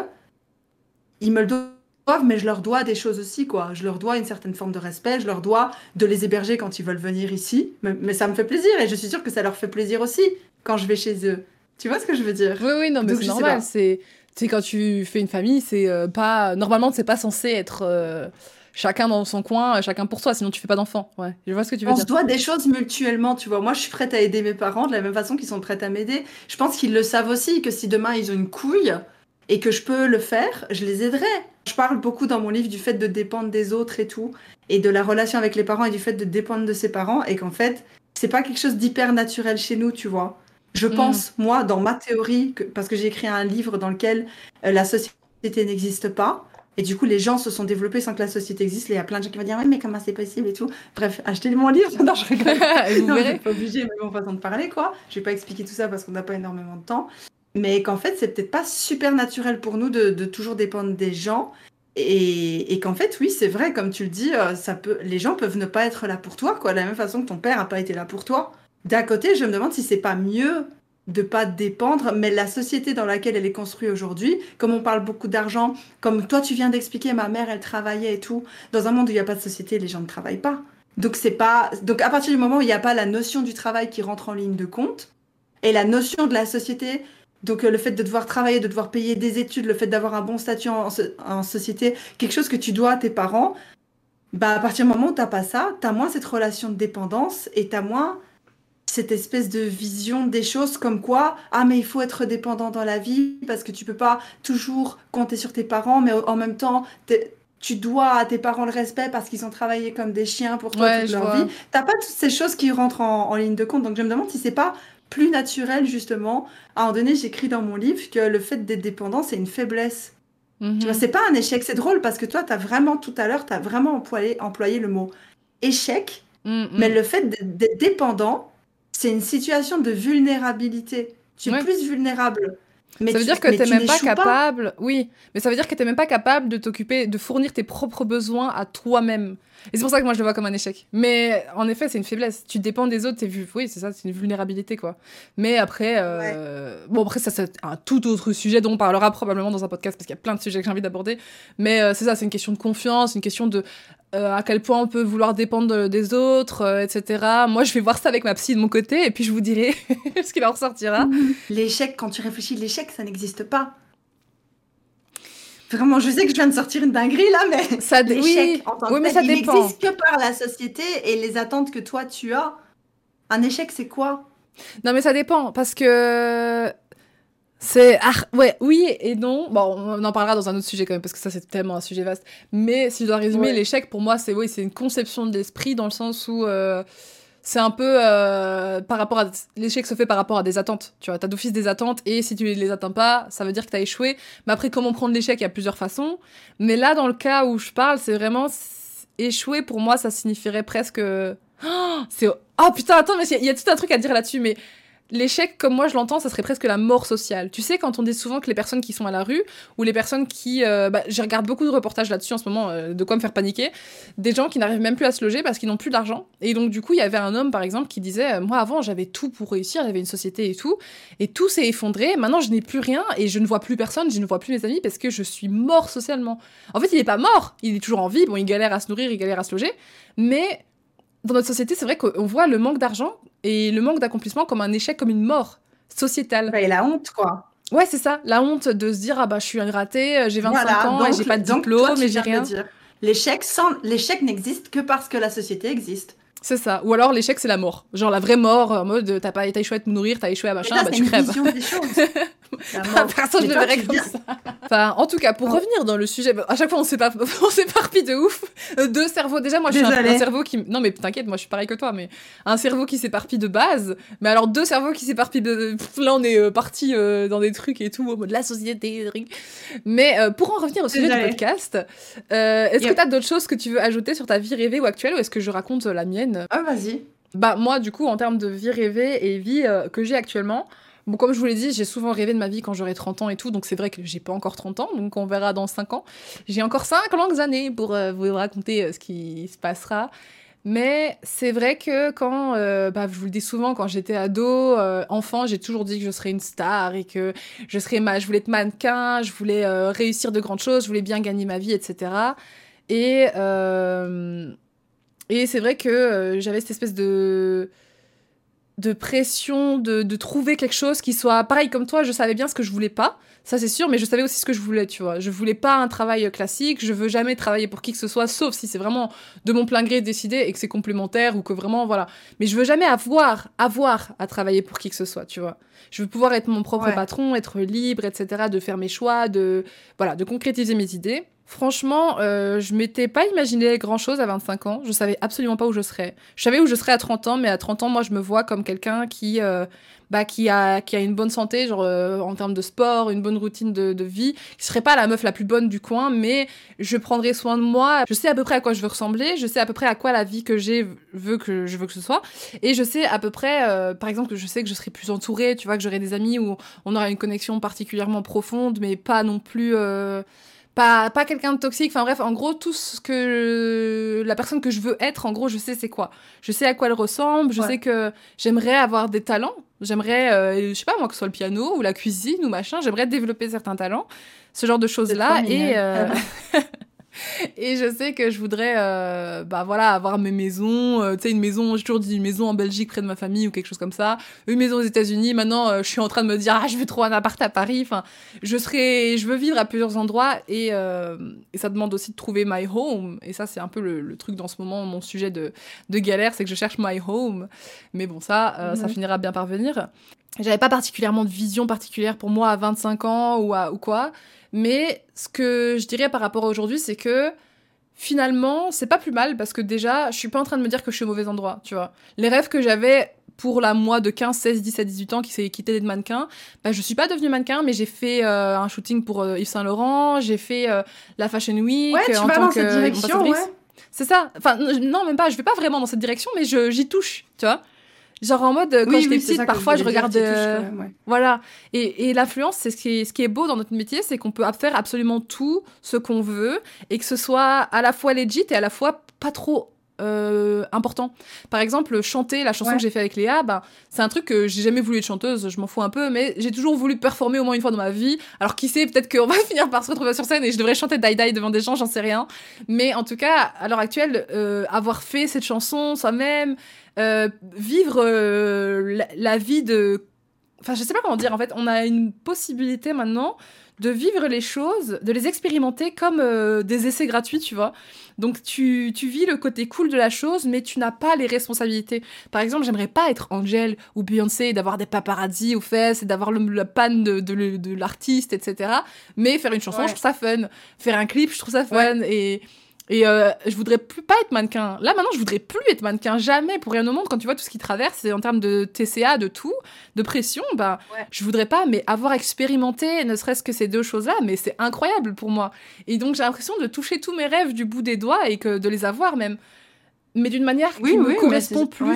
ils me le doivent, mais je leur dois des choses aussi, quoi. Je leur dois une certaine forme de respect, je leur dois de les héberger quand ils veulent venir ici. Mais, mais ça me fait plaisir et je suis sûre que ça leur fait plaisir aussi quand je vais chez eux. Tu vois ce que je veux dire? Oui, oui, non, mais Donc c'est je sais normal. pas. C'est, c'est quand tu fais une famille, c'est euh, pas... Normalement, c'est pas censé être euh, chacun dans son coin, euh, chacun pour soi, sinon tu fais pas d'enfant. Ouais, je vois ce que tu veux On se dire. doit des choses mutuellement, tu vois. Moi, je suis prête à aider mes parents de la même façon qu'ils sont prêts à m'aider. Je pense qu'ils le savent aussi, que si demain ils ont une couille et que je peux le faire, je les aiderai. Je parle beaucoup dans mon livre du fait de dépendre des autres et tout, et de la relation avec les parents et du fait de dépendre de ses parents, et qu'en fait, c'est pas quelque chose d'hyper naturel chez nous, tu vois. Je Hmm. pense, moi, dans ma théorie, que- parce que j'ai écrit un livre dans lequel euh, la société n'existe pas, et du coup, les gens se sont développés sans que la société existe. Et il y a plein de gens qui vont dire, ouais, mais comment c'est possible et tout. Bref, achetez mon livre. Non, je rigole. Et vous Non, vous verrez. n'êtes pas obligé, mais bon, façon de parler, quoi. Je vais pas expliquer tout ça parce qu'on n'a pas énormément de temps. Mais qu'en fait, c'est peut-être pas super naturel pour nous de, de toujours dépendre des gens. Et, et qu'en fait, oui, c'est vrai, comme tu le dis, euh, ça peut, les gens peuvent ne pas être là pour toi, quoi. De la même façon que ton père n'a pas été là pour toi. D'un côté, je me demande si c'est pas mieux de pas dépendre, mais la société dans laquelle elle est construite aujourd'hui, comme on parle beaucoup d'argent, comme toi tu viens d'expliquer, ma mère elle travaillait et tout, dans un monde où il n'y a pas de société, les gens ne travaillent pas. Donc c'est pas, donc à partir du moment où il n'y a pas la notion du travail qui rentre en ligne de compte et la notion de la société, donc euh, le fait de devoir travailler, de devoir payer des études, le fait d'avoir un bon statut en, so- en société, quelque chose que tu dois à tes parents, bah à partir du moment où t'as pas ça, t'as moins cette relation de dépendance et t'as moins cette espèce de vision des choses comme quoi, ah mais il faut être dépendant dans la vie parce que tu peux pas toujours compter sur tes parents, mais en même temps, t'es- tu dois à tes parents le respect parce qu'ils ont travaillé comme des chiens pour toi Ouais, toute je leur vie. vois. T'as pas toutes ces choses qui rentrent en, en ligne de compte. Donc je me demande si c'est pas plus naturel justement. À un moment donné, j'écris dans mon livre que le fait d'être dépendant, c'est une faiblesse. Tu vois, Mhm. c'est pas un échec, c'est drôle parce que toi, t'as vraiment, tout à l'heure, t'as vraiment employé, employé le mot échec, Mm, mais mm. le fait d'être d'être dépendant, c'est une situation de vulnérabilité. Tu es Ouais. plus vulnérable, mais Ça veut tu, dire que mais t'es tu même pas n'échoues pas. capable, oui, mais ça veut dire que t'es même pas capable de t'occuper, de fournir tes propres besoins à toi-même. Et c'est pour ça que moi je le vois comme un échec. Mais en effet, c'est une faiblesse. Tu dépends des autres, t'es vu, oui, c'est ça, c'est une vulnérabilité quoi. Mais après, Ouais. euh... bon après ça c'est un tout autre sujet dont on parlera probablement dans un podcast parce qu'il y a plein de sujets que j'ai envie d'aborder. Mais euh, c'est ça, c'est une question de confiance, une question de euh, à quel point on peut vouloir dépendre des autres, euh, et cetera. Moi, je vais voir ça avec ma psy de mon côté, et puis je vous dirai ce qu'il en ressortira. L'échec, quand tu réfléchis, l'échec, ça n'existe pas. Vraiment, je sais que je viens de sortir une dinguerie là, mais ça dé- l'échec oui, en tant oui, que mais tel, ça il dépend. n'existe que par la société et les attentes que toi tu as. Un échec, c'est quoi? Non, mais ça dépend, parce que c'est... Ah, ouais, oui et non. Bon, on en parlera dans un autre sujet quand même, parce que ça, c'est tellement un sujet vaste. Mais si je dois résumer, Ouais. l'échec, pour moi, c'est oui, c'est une conception de l'esprit, dans le sens où euh, c'est un peu euh, par rapport à... L'échec se fait par rapport à des attentes, tu vois. T'as d'office des attentes, et si tu les atteins pas, ça veut dire que t'as échoué. Mais après, comment prendre l'échec? Il y a plusieurs façons. Mais là, dans le cas où je parle, c'est vraiment... Échouer, pour moi, ça signifierait presque... Oh, c'est... Oh putain, attends, mais il y a tout un truc à dire là-dessus, mais... L'échec, comme moi je l'entends, ça serait presque la mort sociale. Tu sais, quand on dit souvent que les personnes qui sont à la rue, ou les personnes qui... Euh, bah, je regarde beaucoup de reportages là-dessus en ce moment, euh, de quoi me faire paniquer, des gens qui n'arrivent même plus à se loger parce qu'ils n'ont plus d'argent. Et donc, du coup, il y avait un homme, par exemple, qui disait, euh, moi, avant, j'avais tout pour réussir, j'avais une société et tout, et tout s'est effondré, maintenant, je n'ai plus rien, et je ne vois plus personne, je ne vois plus mes amis, parce que je suis mort socialement. En fait, il n'est pas mort, il est toujours en vie, bon, il galère à se nourrir, il galère à se loger, mais... Dans notre société, c'est vrai qu'on voit le manque d'argent et le manque d'accomplissement comme un échec, comme une mort sociétale. Bah, et la honte, quoi. Ouais, c'est ça, la honte de se dire « Ah bah, je suis un raté, j'ai vingt-cinq Voilà, ans donc, et j'ai pas de donc, diplôme toi, tu et j'ai viens de rien. le dire. » L'échec, sans... l'échec n'existe que parce que la société existe. » C'est ça. Ou alors l'échec, c'est la mort. Genre la vraie mort, en mode t'as pas, t'as échoué à te nourrir, t'as échoué à machin, là, bah c'est tu une crèves. vision des choses. La mort. Personne Mais ne le toi, verrait tu comme viens- ça. Enfin, en tout cas, pour Oh. revenir dans le sujet, bah, à chaque fois on s'épar- on s'éparpille de ouf. Euh, Deux cerveaux. Déjà, moi je suis un, Désolée. un cerveau qui. Non, mais t'inquiète, moi je suis pareil que toi, mais un cerveau qui s'éparpille de base. Mais alors deux cerveaux qui s'éparpillent de. Pff, là, on est euh, parti euh, dans des trucs et tout, au mode la société. des trucs. Mais euh, pour en revenir au sujet Désolée. du podcast, euh, est-ce que Yep. t'as d'autres choses que tu veux ajouter sur ta vie rêvée ou actuelle, ou est-ce que je raconte euh, la mienne? Ah, vas-y. Bah moi du coup en termes de vie rêvée et vie euh, que j'ai actuellement, bon comme je vous l'ai dit, j'ai souvent rêvé de ma vie quand j'aurai trente ans et tout, donc c'est vrai que j'ai pas encore trente ans, donc on verra dans cinq ans. J'ai encore cinq longues années pour euh, vous raconter euh, ce qui se passera. Mais c'est vrai que quand, euh, bah, je vous le dis souvent, quand j'étais ado, euh, enfant, j'ai toujours dit que je serais une star et que je serais ma... je voulais être mannequin, je voulais euh, réussir de grandes choses, je voulais bien gagner ma vie, et cetera. Et... Euh... Et c'est vrai que euh, j'avais cette espèce de, de pression de, de trouver quelque chose qui soit pareil comme toi. Je savais bien ce que je voulais pas, ça c'est sûr, mais je savais aussi ce que je voulais, tu vois. Je voulais pas un travail classique, je veux jamais travailler pour qui que ce soit, sauf si c'est vraiment de mon plein gré décidé et que c'est complémentaire ou que vraiment, voilà. Mais je veux jamais avoir, avoir à travailler pour qui que ce soit, tu vois. Je veux pouvoir être mon propre Ouais. patron, être libre, et cetera, de faire mes choix, de, voilà, de concrétiser mes idées. Franchement, euh, je m'étais pas imaginé grand-chose à vingt-cinq ans. Je savais absolument pas où je serais. Je savais où je serais à trente ans, mais à trente ans, moi, je me vois comme quelqu'un qui, euh, bah, qui, a, qui a une bonne santé, genre euh, en termes de sport, une bonne routine de, de vie. Je serais pas la meuf la plus bonne du coin, mais je prendrai soin de moi. Je sais à peu près à quoi je veux ressembler. Je sais à peu près à quoi la vie que j'ai veut que je veux que ce soit. Et je sais à peu près, euh, par exemple, que je sais que je serai plus entourée, tu vois, que j'aurai des amis où on aura une connexion particulièrement profonde, mais pas non plus... Euh, Pas, pas quelqu'un de toxique, enfin bref, en gros, tout ce que... La personne que je veux être, en gros, je sais c'est quoi. Je sais à quoi elle ressemble, je Ouais. sais que j'aimerais avoir des talents, j'aimerais, euh, je sais pas moi, que ce soit le piano ou la cuisine ou machin, j'aimerais développer certains talents, ce genre de C'est choses-là, trop mignon. et... euh, Et je sais que je voudrais, euh, bah voilà, avoir mes maisons, euh, tu sais, une maison, j'ai toujours dit une maison en Belgique près de ma famille ou quelque chose comme ça, une maison aux États-Unis. Maintenant, euh, je suis en train de me dire, ah, je veux trop un appart à Paris. Enfin, je serais, je veux vivre à plusieurs endroits et, euh, et ça demande aussi de trouver my home. Et ça, c'est un peu le, le truc dans ce moment, mon sujet de, de galère, c'est que je cherche my home. Mais bon, ça, euh, Mhm. ça finira bien par venir. J'avais pas particulièrement de vision particulière pour moi à vingt-cinq ans ou, à, ou quoi. Mais ce que je dirais par rapport à aujourd'hui, c'est que finalement, c'est pas plus mal parce que déjà, je suis pas en train de me dire que je suis au mauvais endroit, tu vois. Les rêves que j'avais pour la moi de quinze, seize, dix-sept, dix-huit ans qui s'est quitté d'être mannequin, bah, je suis pas devenue mannequin, mais j'ai fait euh, un shooting pour euh, Yves Saint Laurent, j'ai fait euh, la Fashion Week Ouais, tu en vas tant dans que cette direction, ambassadrice. ouais. C'est ça. Enfin, n- non, même pas, je vais pas vraiment dans cette direction, mais je, j'y touche, tu vois. Genre en mode, quand Oui, j'étais oui, c'est petite, ça que parfois je voulais dire, regarde... tu touches euh, quand même, ouais. Voilà. Et, et l'influence, c'est ce qui, est, ce qui est beau dans notre métier, c'est qu'on peut faire absolument tout ce qu'on veut, et que ce soit à la fois legit et à la fois pas trop euh, important. Par exemple, chanter, la chanson Ouais. que j'ai fait avec Léa, bah, c'est un truc que j'ai jamais voulu être chanteuse, je m'en fous un peu, mais j'ai toujours voulu performer au moins une fois dans ma vie. Alors qui sait, peut-être qu'on va finir par se retrouver sur scène et je devrais chanter Die Die devant des gens, j'en sais rien. Mais en tout cas, à l'heure actuelle, euh, avoir fait cette chanson soi-même, euh, vivre euh, la, la vie de... Enfin, je sais pas comment dire, en fait, on a une possibilité maintenant de vivre les choses, de les expérimenter comme euh, des essais gratuits, tu vois. Donc tu, tu vis le côté cool de la chose, mais tu n'as pas les responsabilités. Par exemple, j'aimerais pas être Angèle ou Beyoncé et d'avoir des paparazzis aux fesses et d'avoir le, la panne de, de, de, de l'artiste, et cetera. Mais faire une chanson, Ouais. je trouve ça fun. Faire un clip, je trouve ça fun. Ouais. Et... Et euh, je voudrais plus pas être mannequin. Là, maintenant, je voudrais plus être mannequin. Jamais, pour rien au monde. Quand tu vois tout ce qui traverse, en termes de T C A, de tout, de pression, bah, Ouais. je voudrais pas, mais avoir expérimenté, ne serait-ce que ces deux choses-là, mais c'est incroyable pour moi. Et donc, j'ai l'impression de toucher tous mes rêves du bout des doigts et que de les avoir même. Mais d'une manière Oui, qui oui, me mais correspond c'est- plus. ouais.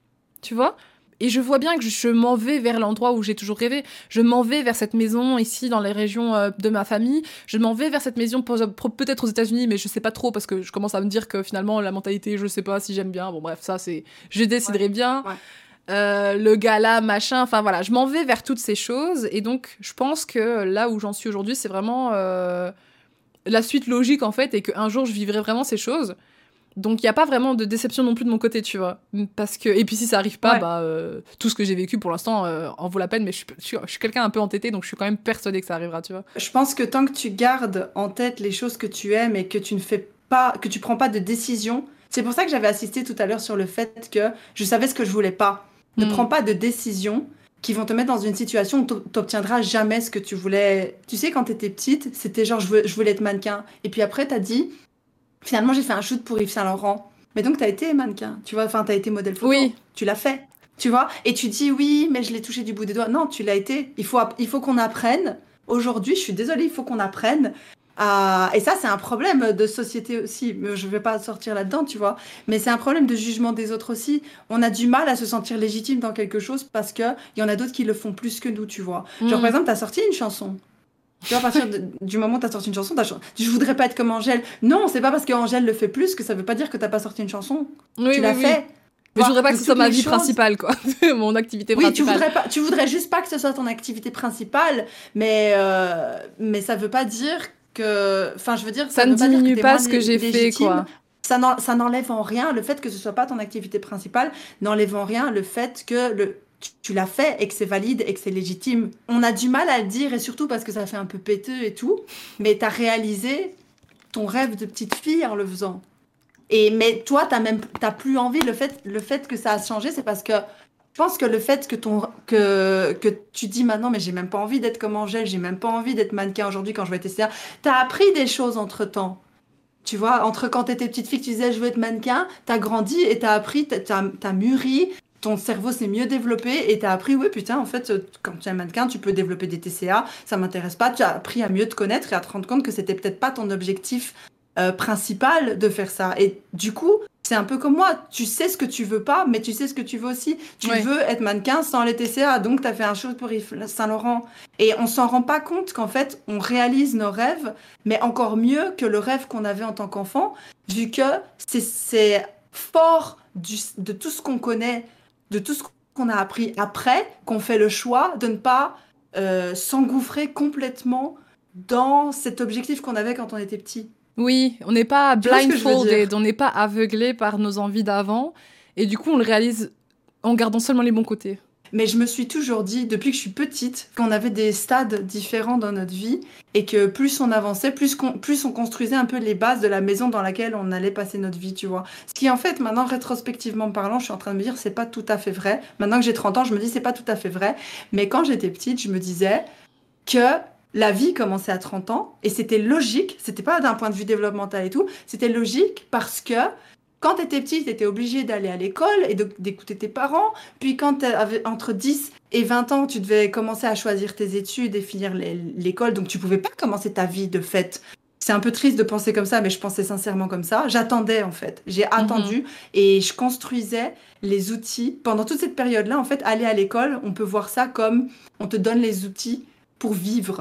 Tu vois ? Et je vois bien que je m'en vais vers l'endroit où j'ai toujours rêvé. Je m'en vais vers cette maison ici dans les régions euh, de ma famille. Je m'en vais vers cette maison pour- pour- peut-être aux États-Unis, mais je sais pas trop parce que je commence à me dire que finalement la mentalité, je sais pas si j'aime bien. Bon bref, ça c'est, je déciderai Ouais. bien. Ouais. Euh, le gala, machin. Enfin voilà, je m'en vais vers toutes ces choses et donc je pense que là où j'en suis aujourd'hui, c'est vraiment euh, la suite logique en fait et qu'un jour je vivrai vraiment ces choses. Donc il y a pas vraiment de déception non plus de mon côté, tu vois. Parce que et puis si ça arrive pas, Ouais. bah euh, tout ce que j'ai vécu pour l'instant euh, en vaut la peine. Mais je, suis- je suis, je suis quelqu'un un peu entêté, donc je suis quand même persuadée que ça arrivera, tu vois. Je pense que tant que tu gardes en tête les choses que tu aimes et que tu ne fais pas, que tu prends pas de décision, c'est pour ça que j'avais assisté tout à l'heure sur le fait que je savais ce que je voulais pas. Ne Mm. prends pas de décisions qui vont te mettre dans une situation où tu n'obtiendras jamais ce que tu voulais. Tu sais, quand tu étais petite, c'était genre je, veux, je voulais être mannequin. Et puis après, tu as dit, finalement, j'ai fait un shoot pour Yves Saint Laurent. Mais donc, tu as été mannequin, tu vois, enfin, tu as été modèle photo. Oui. Tu l'as fait, tu vois. Et tu dis, oui, mais je l'ai touché du bout des doigts. Non, tu l'as été. Il faut, il faut qu'on apprenne. Aujourd'hui, je suis désolée, il faut qu'on apprenne à... Et ça, c'est un problème de société aussi. Mais je vais pas sortir là-dedans, tu vois. Mais c'est un problème de jugement des autres aussi. On a du mal à se sentir légitime dans quelque chose parce qu'il y en a d'autres qui le font plus que nous, tu vois. Genre, Mm. par exemple, tu as sorti une chanson. Tu vois, à partir de- du moment où tu as sorti une chanson, t'as ch- je voudrais pas être comme Angèle. Non, c'est pas parce qu'Angèle le fait plus que ça veut pas dire que t'as pas sorti une chanson. Oui, tu oui, l'as oui. fait. Mais je Vois, voudrais pas que donc ce soit toutes ma les vie choses- principale, quoi. Mon activité Oui, tu principale. voudrais pas, tu voudrais juste pas que ce soit ton activité principale, mais euh, mais ça veut pas dire que, enfin, je veux dire, Ça veut ne pas dire que diminue t'es pas moins ce que j'ai lé- fait, légitime. quoi. Ça n'en- ça n'enlève en rien le fait que ce soit pas ton activité principale, n'enlève en rien le fait que le tu, tu l'as fait et que c'est valide et que c'est légitime. On a du mal à le dire et surtout parce que ça fait un peu péteux et tout, mais t'as réalisé ton rêve de petite fille en le faisant. Et mais toi, t'as même t'as plus envie. Le fait, le fait que ça a changé, c'est parce que je pense que le fait que ton que que tu dis maintenant, mais j'ai même pas envie d'être comme Angèle, j'ai même pas envie d'être mannequin aujourd'hui quand je vais tester. T'as appris des choses entre temps. Tu vois, entre quand t'étais petite fille, que tu disais je veux être mannequin, t'as grandi et t'as appris, t'as, t'as, t'as mûri, ton cerveau s'est mieux développé et t'as appris, oui putain, en fait, euh, quand tu es mannequin, tu peux développer des T C A, ça m'intéresse pas. Tu as appris à mieux te connaître et à te rendre compte que c'était peut-être pas ton objectif euh, principal de faire ça. Et du coup, c'est un peu comme moi, tu sais ce que tu veux pas, mais tu sais ce que tu veux aussi. Tu Ouais. veux être mannequin sans les T C A, donc t'as fait un show pour Yves Saint Laurent. Et on s'en rend pas compte qu'en fait, on réalise nos rêves, mais encore mieux que le rêve qu'on avait en tant qu'enfant, vu que c'est, c'est fort du, de tout ce qu'on connaît, de tout ce qu'on a appris après, qu'on fait le choix de ne pas euh, s'engouffrer complètement dans cet objectif qu'on avait quand on était petit. Oui, on n'est pas Tu vois ce que je veux blindfolded, dire ? on n'est pas aveuglé par nos envies d'avant. Et du coup, on le réalise en gardant seulement les bons côtés. Mais je me suis toujours dit, depuis que je suis petite, qu'on avait des stades différents dans notre vie et que plus on avançait, plus, qu'on, plus on construisait un peu les bases de la maison dans laquelle on allait passer notre vie, tu vois. Ce qui, en fait, maintenant, rétrospectivement parlant, je suis en train de me dire, c'est pas tout à fait vrai. Maintenant que j'ai trente ans, je me dis, c'est pas tout à fait vrai. Mais quand j'étais petite, je me disais que la vie commençait à trente ans et c'était logique, c'était pas d'un point de vue développemental et tout, c'était logique parce que quand t'étais petite, t'étais obligée d'aller à l'école et de, d'écouter tes parents. Puis quand t'avais entre dix et vingt ans, tu devais commencer à choisir tes études et finir les- l'école. Donc tu pouvais pas commencer ta vie de fait. C'est un peu triste de penser comme ça, mais je pensais sincèrement comme ça. J'attendais en fait. J'ai attendu et je construisais les outils. Pendant toute cette période-là, en fait, aller à l'école, on peut voir ça comme on te donne les outils pour vivre.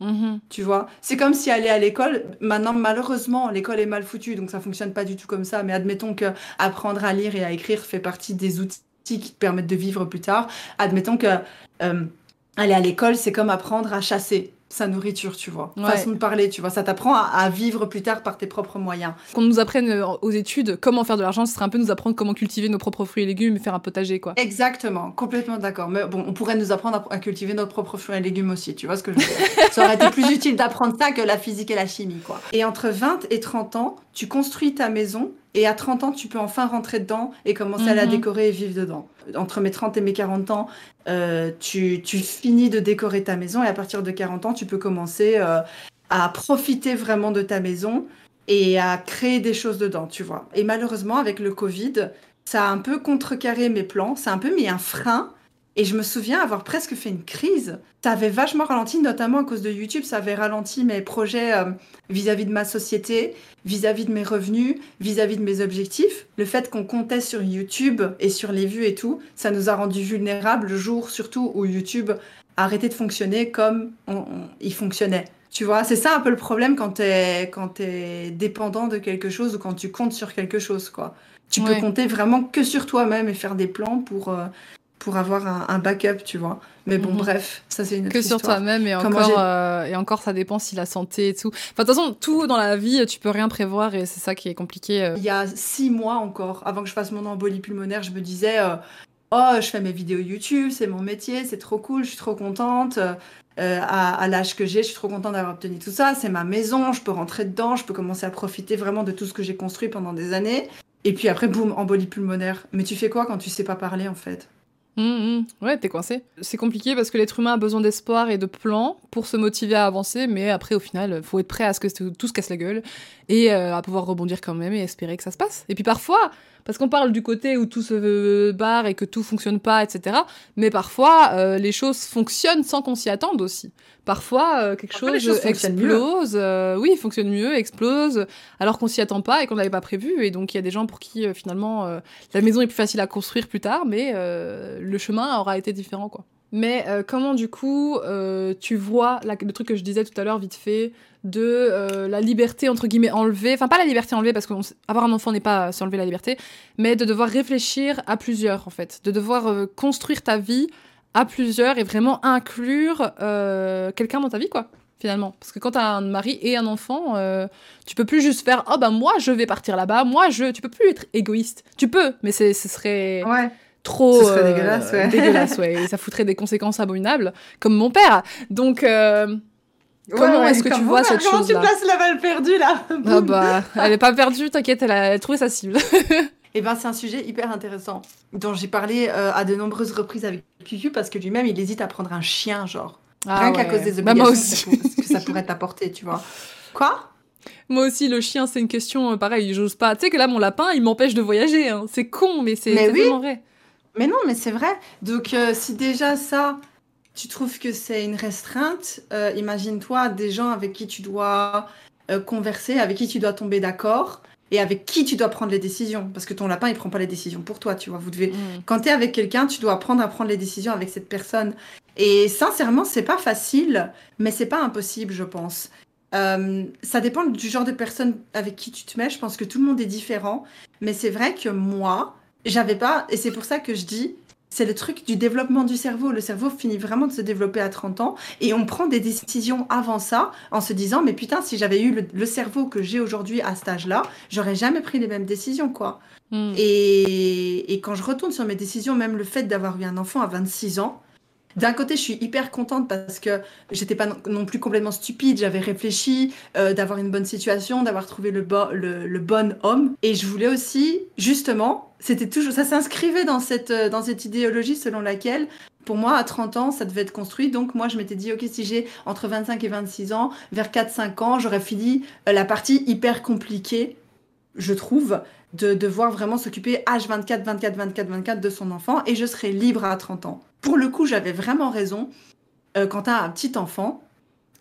Mhm. Tu vois, c'est comme si aller à l'école, maintenant malheureusement l'école est mal foutue, donc ça fonctionne pas du tout comme ça, mais admettons que apprendre à lire et à écrire fait partie des outils qui te permettent de vivre plus tard. Admettons que euh, aller à l'école, c'est comme apprendre à chasser sa nourriture, tu vois. Ouais. Façon de parler, tu vois, ça t'apprend à, à vivre plus tard par tes propres moyens. Qu'on nous apprenne euh, aux études comment faire de l'argent, ce serait un peu nous apprendre comment cultiver nos propres fruits et légumes et faire un potager, quoi. Exactement, complètement d'accord. Mais bon, on pourrait nous apprendre à, à cultiver notre propre fruits et légumes aussi, tu vois ce que je veux dire. Ça aurait été plus utile d'apprendre ça que la physique et la chimie, quoi. Et entre vingt et trente ans, tu construis ta maison et à trente ans, tu peux enfin rentrer dedans et commencer à la Mhm. décorer et vivre dedans. Entre mes trente et mes quarante ans, euh, tu, tu finis de décorer ta maison et à partir de quarante ans, tu peux commencer euh, à profiter vraiment de ta maison et à créer des choses dedans, tu vois. Et malheureusement, avec le Covid, ça a un peu contrecarré mes plans, ça a un peu mis un frein. Et je me souviens avoir presque fait une crise. Ça avait vachement ralenti, notamment à cause de YouTube. Ça avait ralenti mes projets euh, vis-à-vis de ma société, vis-à-vis de mes revenus, vis-à-vis de mes objectifs. Le fait qu'on comptait sur YouTube et sur les vues et tout, ça nous a rendus vulnérables le jour surtout où YouTube a arrêté de fonctionner comme on- on- il fonctionnait. Tu vois, c'est ça un peu le problème quand t'es, quand t'es dépendant de quelque chose ou quand tu comptes sur quelque chose, quoi. Tu peux Ouais. compter vraiment que sur toi-même et faire des plans pour, euh, pour avoir un, un backup, tu vois. Mais bon, Mhm. bref, ça c'est une autre Que sur histoire. toi-même et Comment encore, j'ai- euh, et encore, ça dépend si la santé et tout. Enfin, de toute façon, tout dans la vie, tu peux rien prévoir et c'est ça qui est compliqué. euh. Il y a six mois encore, avant que je fasse mon embolie pulmonaire, je me disais, euh, oh, je fais mes vidéos YouTube, c'est mon métier, c'est trop cool, je suis trop contente. Euh, à à l'âge que j'ai, je suis trop contente d'avoir obtenu tout ça. C'est ma maison, je peux rentrer dedans, je peux commencer à profiter vraiment de tout ce que j'ai construit pendant des années. Et puis après, boum, embolie pulmonaire. Mais tu fais quoi quand tu sais pas parler, en fait? Hum, hum. Ouais, t'es coincé. C'est compliqué parce que l'être humain a besoin d'espoir et de plans pour se motiver à avancer, mais après, au final, faut être prêt à ce que tout se casse la gueule et euh, à pouvoir rebondir quand même et espérer que ça se passe. Et puis parfois, parce qu'on parle du côté où tout se barre et que tout fonctionne pas, et cetera, mais parfois, euh, les choses fonctionnent sans qu'on s'y attende aussi. Parfois, euh, quelque Parfois, les chose choses fonctionnent mieux. explose, euh, oui, fonctionne mieux, explose, alors qu'on s'y attend pas et qu'on n'avait pas prévu. Et donc, il y a des gens pour qui, euh, finalement, euh, la maison est plus facile à construire plus tard, mais euh, le chemin aura été différent, quoi. Mais euh, comment, du coup, euh, tu vois la- le truc que je disais tout à l'heure, vite fait, de euh, la liberté, entre guillemets, enlevée, enfin, pas la liberté enlevée, parce qu'avoir un enfant n'est pas s'enlever la liberté, mais de devoir réfléchir à plusieurs, en fait, de devoir euh, construire ta vie à plusieurs et vraiment inclure euh, quelqu'un dans ta vie, quoi, finalement. Parce que quand t'as un mari et un enfant, euh, tu peux plus juste faire « Oh, bah moi, je vais partir là-bas, moi, je... » Tu peux plus être égoïste. Tu peux, mais c'est, ce serait Ouais. trop... Ce serait euh, dégueulasse, ouais. dégueulasse, ouais. Et ça foutrait des conséquences abominables, comme mon père. Donc, euh, comment Ouais, ouais, est-ce que tu comment- vois cette comment chose-là? tu places la balle perdue, là? Ah Boum. bah, elle est pas perdue, t'inquiète, elle a, elle a trouvé sa cible. Eh ben, c'est un sujet hyper intéressant dont j'ai parlé euh, à de nombreuses reprises avec Cucu parce que lui-même, il hésite à prendre un chien, genre. Ah Rien qu'à ouais. cause des Bah, moi obligations que, aussi. ça pour- que ça pourrait t'apporter, tu vois. Quoi? Moi aussi, le chien, c'est une question, euh, pareil, j'ose pas. Tu sais que là, mon lapin, il m'empêche de voyager. Hein. C'est con, mais c'est Mais c'est oui. tellement vrai. Mais non, mais c'est vrai. Donc, euh, si déjà ça, tu trouves que c'est une restreinte, euh, imagine-toi des gens avec qui tu dois euh, converser, avec qui tu dois tomber d'accord et avec qui tu dois prendre les décisions. Parce que ton lapin, il prend pas les décisions pour toi, tu vois. Vous devez... Mm. Quand tu es avec quelqu'un, tu dois apprendre à prendre les décisions avec cette personne. Et sincèrement, c'est pas facile, mais c'est pas impossible, je pense. Euh, ça dépend du genre de personne avec qui tu te mets. Je pense que tout le monde est différent. Mais c'est vrai que moi, j'avais pas, et c'est pour ça que je dis, c'est le truc du développement du cerveau. Le cerveau finit vraiment de se développer à trente ans et on prend des décisions avant ça en se disant, mais putain, si j'avais eu le, le cerveau que j'ai aujourd'hui à cet âge-là, j'aurais jamais pris les mêmes décisions, quoi. Mm. Et, et quand je retourne sur mes décisions, même le fait d'avoir eu un enfant à vingt-six ans, d'un côté, je suis hyper contente parce que j'étais pas non, non plus complètement stupide, j'avais réfléchi, euh, d'avoir une bonne situation, d'avoir trouvé le, bo- le, le bon homme. Et je voulais aussi, justement, c'était toujours, ça s'inscrivait dans cette, euh, dans cette idéologie selon laquelle, pour moi, à trente ans, ça devait être construit. Donc moi, je m'étais dit, ok, si j'ai entre vingt-cinq et vingt-six ans, vers quatre cinq ans, j'aurais fini euh, la partie hyper compliquée, je trouve, de devoir vraiment s'occuper H vingt-quatre, vingt-quatre, vingt-quatre, vingt-quatre de son enfant et je serai libre à trente ans. Pour le coup, j'avais vraiment raison. Euh, quand tu as un petit enfant,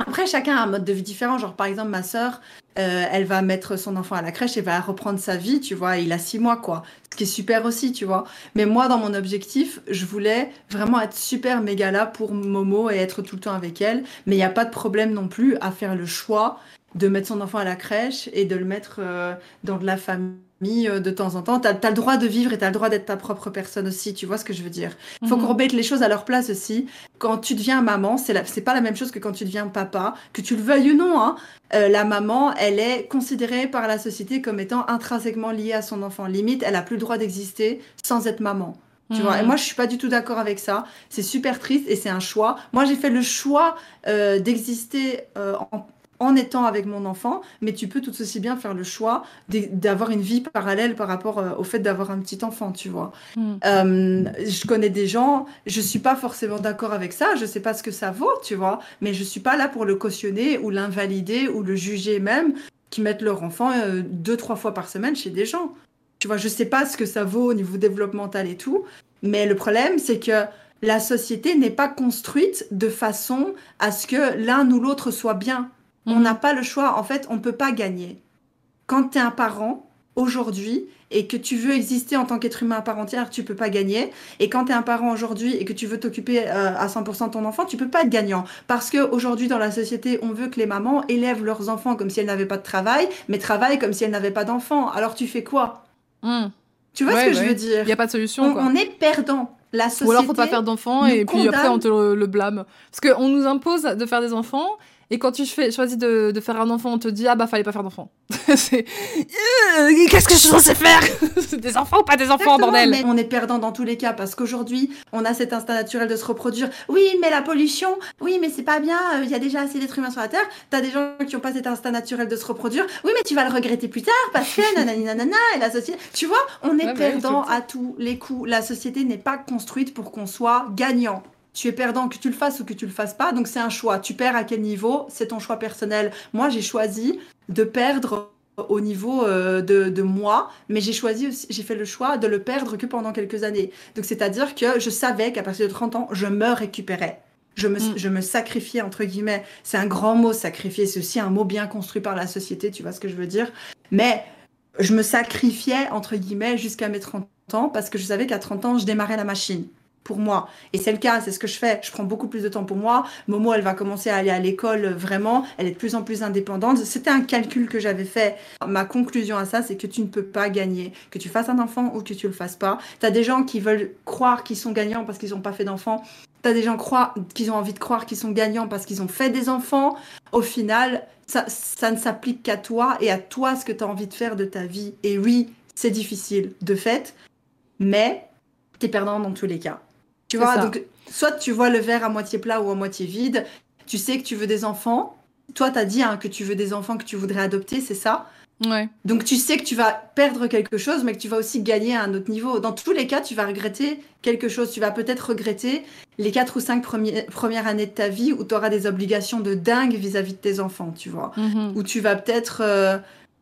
Après, chacun a un mode de vie différent. Genre, par exemple, ma sœur, euh, elle va mettre son enfant à la crèche et va reprendre sa vie, tu vois. Il a six mois, quoi. Ce qui est super aussi, tu vois. Mais moi, dans mon objectif, je voulais vraiment être super méga là pour Momo et être tout le temps avec elle. Mais il n'y a pas de problème non plus à faire le choix de mettre son enfant à la crèche et de le mettre euh, dans de la famille euh, de temps en temps. T'as, t'as le droit de vivre et t'as le droit d'être ta propre personne aussi, tu vois ce que je veux dire. Il faut Mhm. qu'on remette les choses à leur place aussi. Quand tu deviens maman, c'est, la, c'est pas la même chose que quand tu deviens papa, que tu le veuilles ou non, hein. Euh, la maman, elle est considérée par la société comme étant intrinsèquement liée à son enfant. Limite, elle a plus le droit d'exister sans être maman. Tu vois, et Mhm. moi je suis pas du tout d'accord avec ça. C'est super triste et c'est un choix. Moi j'ai fait le choix euh, d'exister euh, en, en étant avec mon enfant, mais tu peux tout aussi bien faire le choix d'e- d'avoir une vie parallèle par rapport euh, au fait d'avoir un petit enfant, tu vois. Mhm. Euh, je connais des gens, je suis pas forcément d'accord avec ça, je sais pas ce que ça vaut, tu vois, mais je suis pas là pour le cautionner ou l'invalider ou le juger même, qui mettent leur enfant euh, deux, trois fois par semaine chez des gens. Tu vois, je sais pas ce que ça vaut au niveau développemental et tout, mais le problème, c'est que la société n'est pas construite de façon à ce que l'un ou l'autre soit bien. On Mhm. n'a pas le choix, en fait, on peut pas gagner. Quand tu es un parent, aujourd'hui, et que tu veux exister en tant qu'être humain à part entière, tu peux pas gagner. Et quand tu es un parent aujourd'hui et que tu veux t'occuper euh, à cent pour cent de ton enfant, tu peux pas être gagnant. Parce qu'aujourd'hui, dans la société, on veut que les mamans élèvent leurs enfants comme si elles n'avaient pas de travail, mais travaillent comme si elles n'avaient pas d'enfants. Alors tu fais quoi? Mhm. Tu vois ce Ouais, que je veux ouais. Il n'y a dire? pas de solution, on, quoi. on est perdant. La Ou alors faut pas société faire d'enfants nous et puis après on condamne. te le, le blâme. Parce qu'on nous impose de faire des enfants et quand tu fais, choisis de, de faire un enfant, on te dit ah bah fallait pas faire d'enfant. C'est Euh, qu'est-ce que je suis censée faire? Des enfants ou pas des enfants, Exactement, bordel? mais on est perdant dans tous les cas parce qu'aujourd'hui, on a cet instinct naturel de se reproduire. Oui, mais la pollution, oui, mais c'est pas bien, il y a déjà assez d'êtres humains sur la Terre. T'as des gens qui ont pas cet instinct naturel de se reproduire. Oui, mais tu vas le regretter plus tard parce que nanani nanana et la société. Tu vois, on est Ouais, bah oui, tout perdant le temps. à tous les coups. La société n'est pas construite pour qu'on soit gagnant. Tu es perdant que tu le fasses ou que tu le fasses pas, donc c'est un choix. Tu perds à quel niveau? C'est ton choix personnel. Moi, j'ai choisi de perdre au niveau euh, de, de moi, mais j'ai choisi aussi, j'ai fait le choix de le perdre que pendant quelques années. Donc c'est-à-dire que je savais qu'à partir de trente ans, je me récupérais. Je me, Mm. je me sacrifiais, entre guillemets. C'est un grand mot, sacrifier. C'est aussi un mot bien construit par la société, tu vois ce que je veux dire. Mais je me sacrifiais, entre guillemets, jusqu'à mes trente ans, parce que je savais qu'à trente ans, je démarrais la machine. Pour moi. Et c'est le cas, c'est ce que je fais. Je prends beaucoup plus de temps pour moi. Momo, elle va commencer à aller à l'école euh, vraiment. Elle est de plus en plus indépendante. C'était un calcul que j'avais fait. Ma conclusion à ça, c'est que tu ne peux pas gagner. Que tu fasses un enfant ou que tu le fasses pas. T'as des gens qui veulent croire qu'ils sont gagnants parce qu'ils n'ont pas fait d'enfants. T'as des gens croient, qui ont envie de croire qu'ils sont gagnants parce qu'ils ont fait des enfants. Au final, ça, ça ne s'applique qu'à toi et à toi ce que tu as envie de faire de ta vie. Et oui, c'est difficile de fait, mais t'es perdant dans tous les cas. Tu C'est vois, ça. donc soit tu vois le verre à moitié plat ou à moitié vide, tu sais que tu veux des enfants. Toi, t'as dit hein, que tu veux des enfants que tu voudrais adopter, c'est ça? Ouais. Donc tu sais que tu vas perdre quelque chose, mais que tu vas aussi gagner à un autre niveau. Dans tous les cas, tu vas regretter quelque chose. Tu vas peut-être regretter les quatre ou cinq premiers- premières années de ta vie où tu auras des obligations de dingue vis-à-vis de tes enfants, tu vois. Mhm. Où tu vas peut-être euh,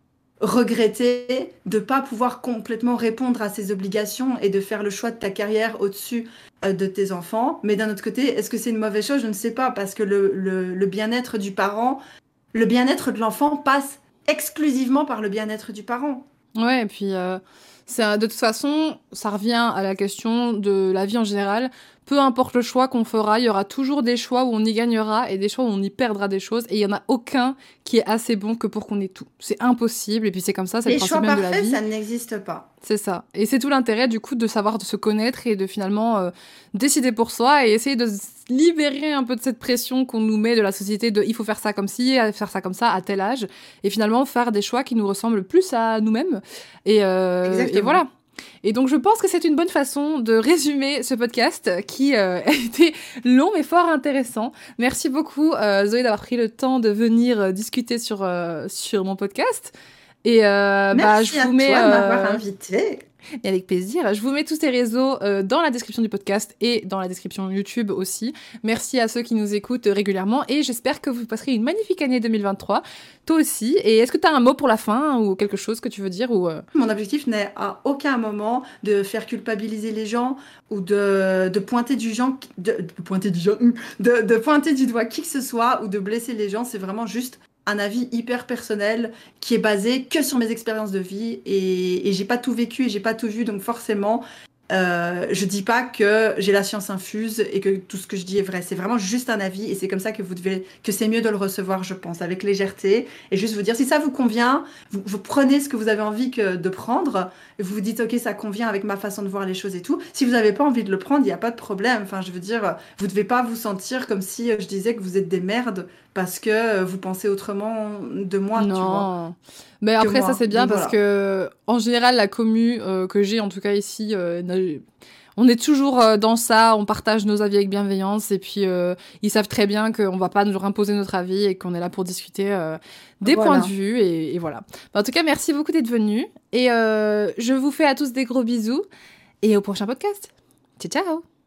regretter de pas pouvoir complètement répondre à ces obligations et de faire le choix de ta carrière au-dessus euh, de tes enfants. Mais d'un autre côté, est-ce que c'est une mauvaise chose? Je ne sais pas, parce que le, le, le bien-être du parent, le bien-être de l'enfant passe exclusivement par le bien-être du parent. Ouais, et puis euh, c'est un- de toute façon, ça revient à la question de la vie en général. Peu importe le choix qu'on fera, il y aura toujours des choix où on y gagnera et des choix où on y perdra des choses. Et il y en a aucun qui est assez bon que pour qu'on ait tout. C'est impossible. Et puis c'est comme ça, c'est le Les principe choix même de la parfaits, vie. ça n'existe pas. C'est ça. Et c'est tout l'intérêt, du coup, de savoir de se connaître et de finalement euh, décider pour soi et essayer de se libérer un peu de cette pression qu'on nous met de la société de il faut faire ça comme ci, faire ça comme ça à tel âge. Et finalement faire des choix qui nous ressemblent plus à nous-mêmes. Et, euh, Exactement. et voilà. Et donc je pense que c'est une bonne façon de résumer ce podcast qui euh, a été long mais fort intéressant. Merci beaucoup euh, Zoé d'avoir pris le temps de venir euh, discuter sur, euh, sur mon podcast. Et euh, bah, je Merci à vous mets, toi de euh, m'avoir invité. Et avec plaisir. Je vous mets tous ces réseaux euh, dans la description du podcast et dans la description YouTube aussi. Merci à ceux qui nous écoutent régulièrement et j'espère que vous passerez une magnifique année deux mille vingt-trois. Toi aussi. Et est-ce que tu as un mot pour la fin ou quelque chose que tu veux dire ou euh... Mon objectif n'est à aucun moment de faire culpabiliser les gens ou de, de pointer du genre, de, de pointer du genre, de, de pointer du doigt qui que ce soit ou de blesser les gens. C'est vraiment juste un avis hyper personnel qui est basé que sur mes expériences de vie et, et j'ai pas tout vécu et j'ai pas tout vu, donc forcément euh, je dis pas que j'ai la science infuse et que tout ce que je dis est vrai. C'est vraiment juste un avis et c'est comme ça que vous devez, que c'est mieux de le recevoir, je pense, avec légèreté et juste vous dire si ça vous convient, vous, vous prenez ce que vous avez envie que, de prendre et vous vous dites ok ça convient avec ma façon de voir les choses et tout. Si vous n'avez pas envie de le prendre, il n'y a pas de problème. Enfin je veux dire, vous devez pas vous sentir comme si je disais que vous êtes des merdes parce que vous pensez autrement de moi, non. tu vois. Mais après, moi. ça, c'est bien Donc, parce voilà. que, en général, la commu euh, que j'ai, en tout cas ici, euh, n'a- on est toujours euh, dans ça, on partage nos avis avec bienveillance et puis euh, ils savent très bien qu'on va pas nous imposer notre avis et qu'on est là pour discuter euh, des Voilà. points de vue et, et voilà. Bah, en tout cas, merci beaucoup d'être venus et euh, je vous fais à tous des gros bisous et au prochain podcast. Ciao, ciao!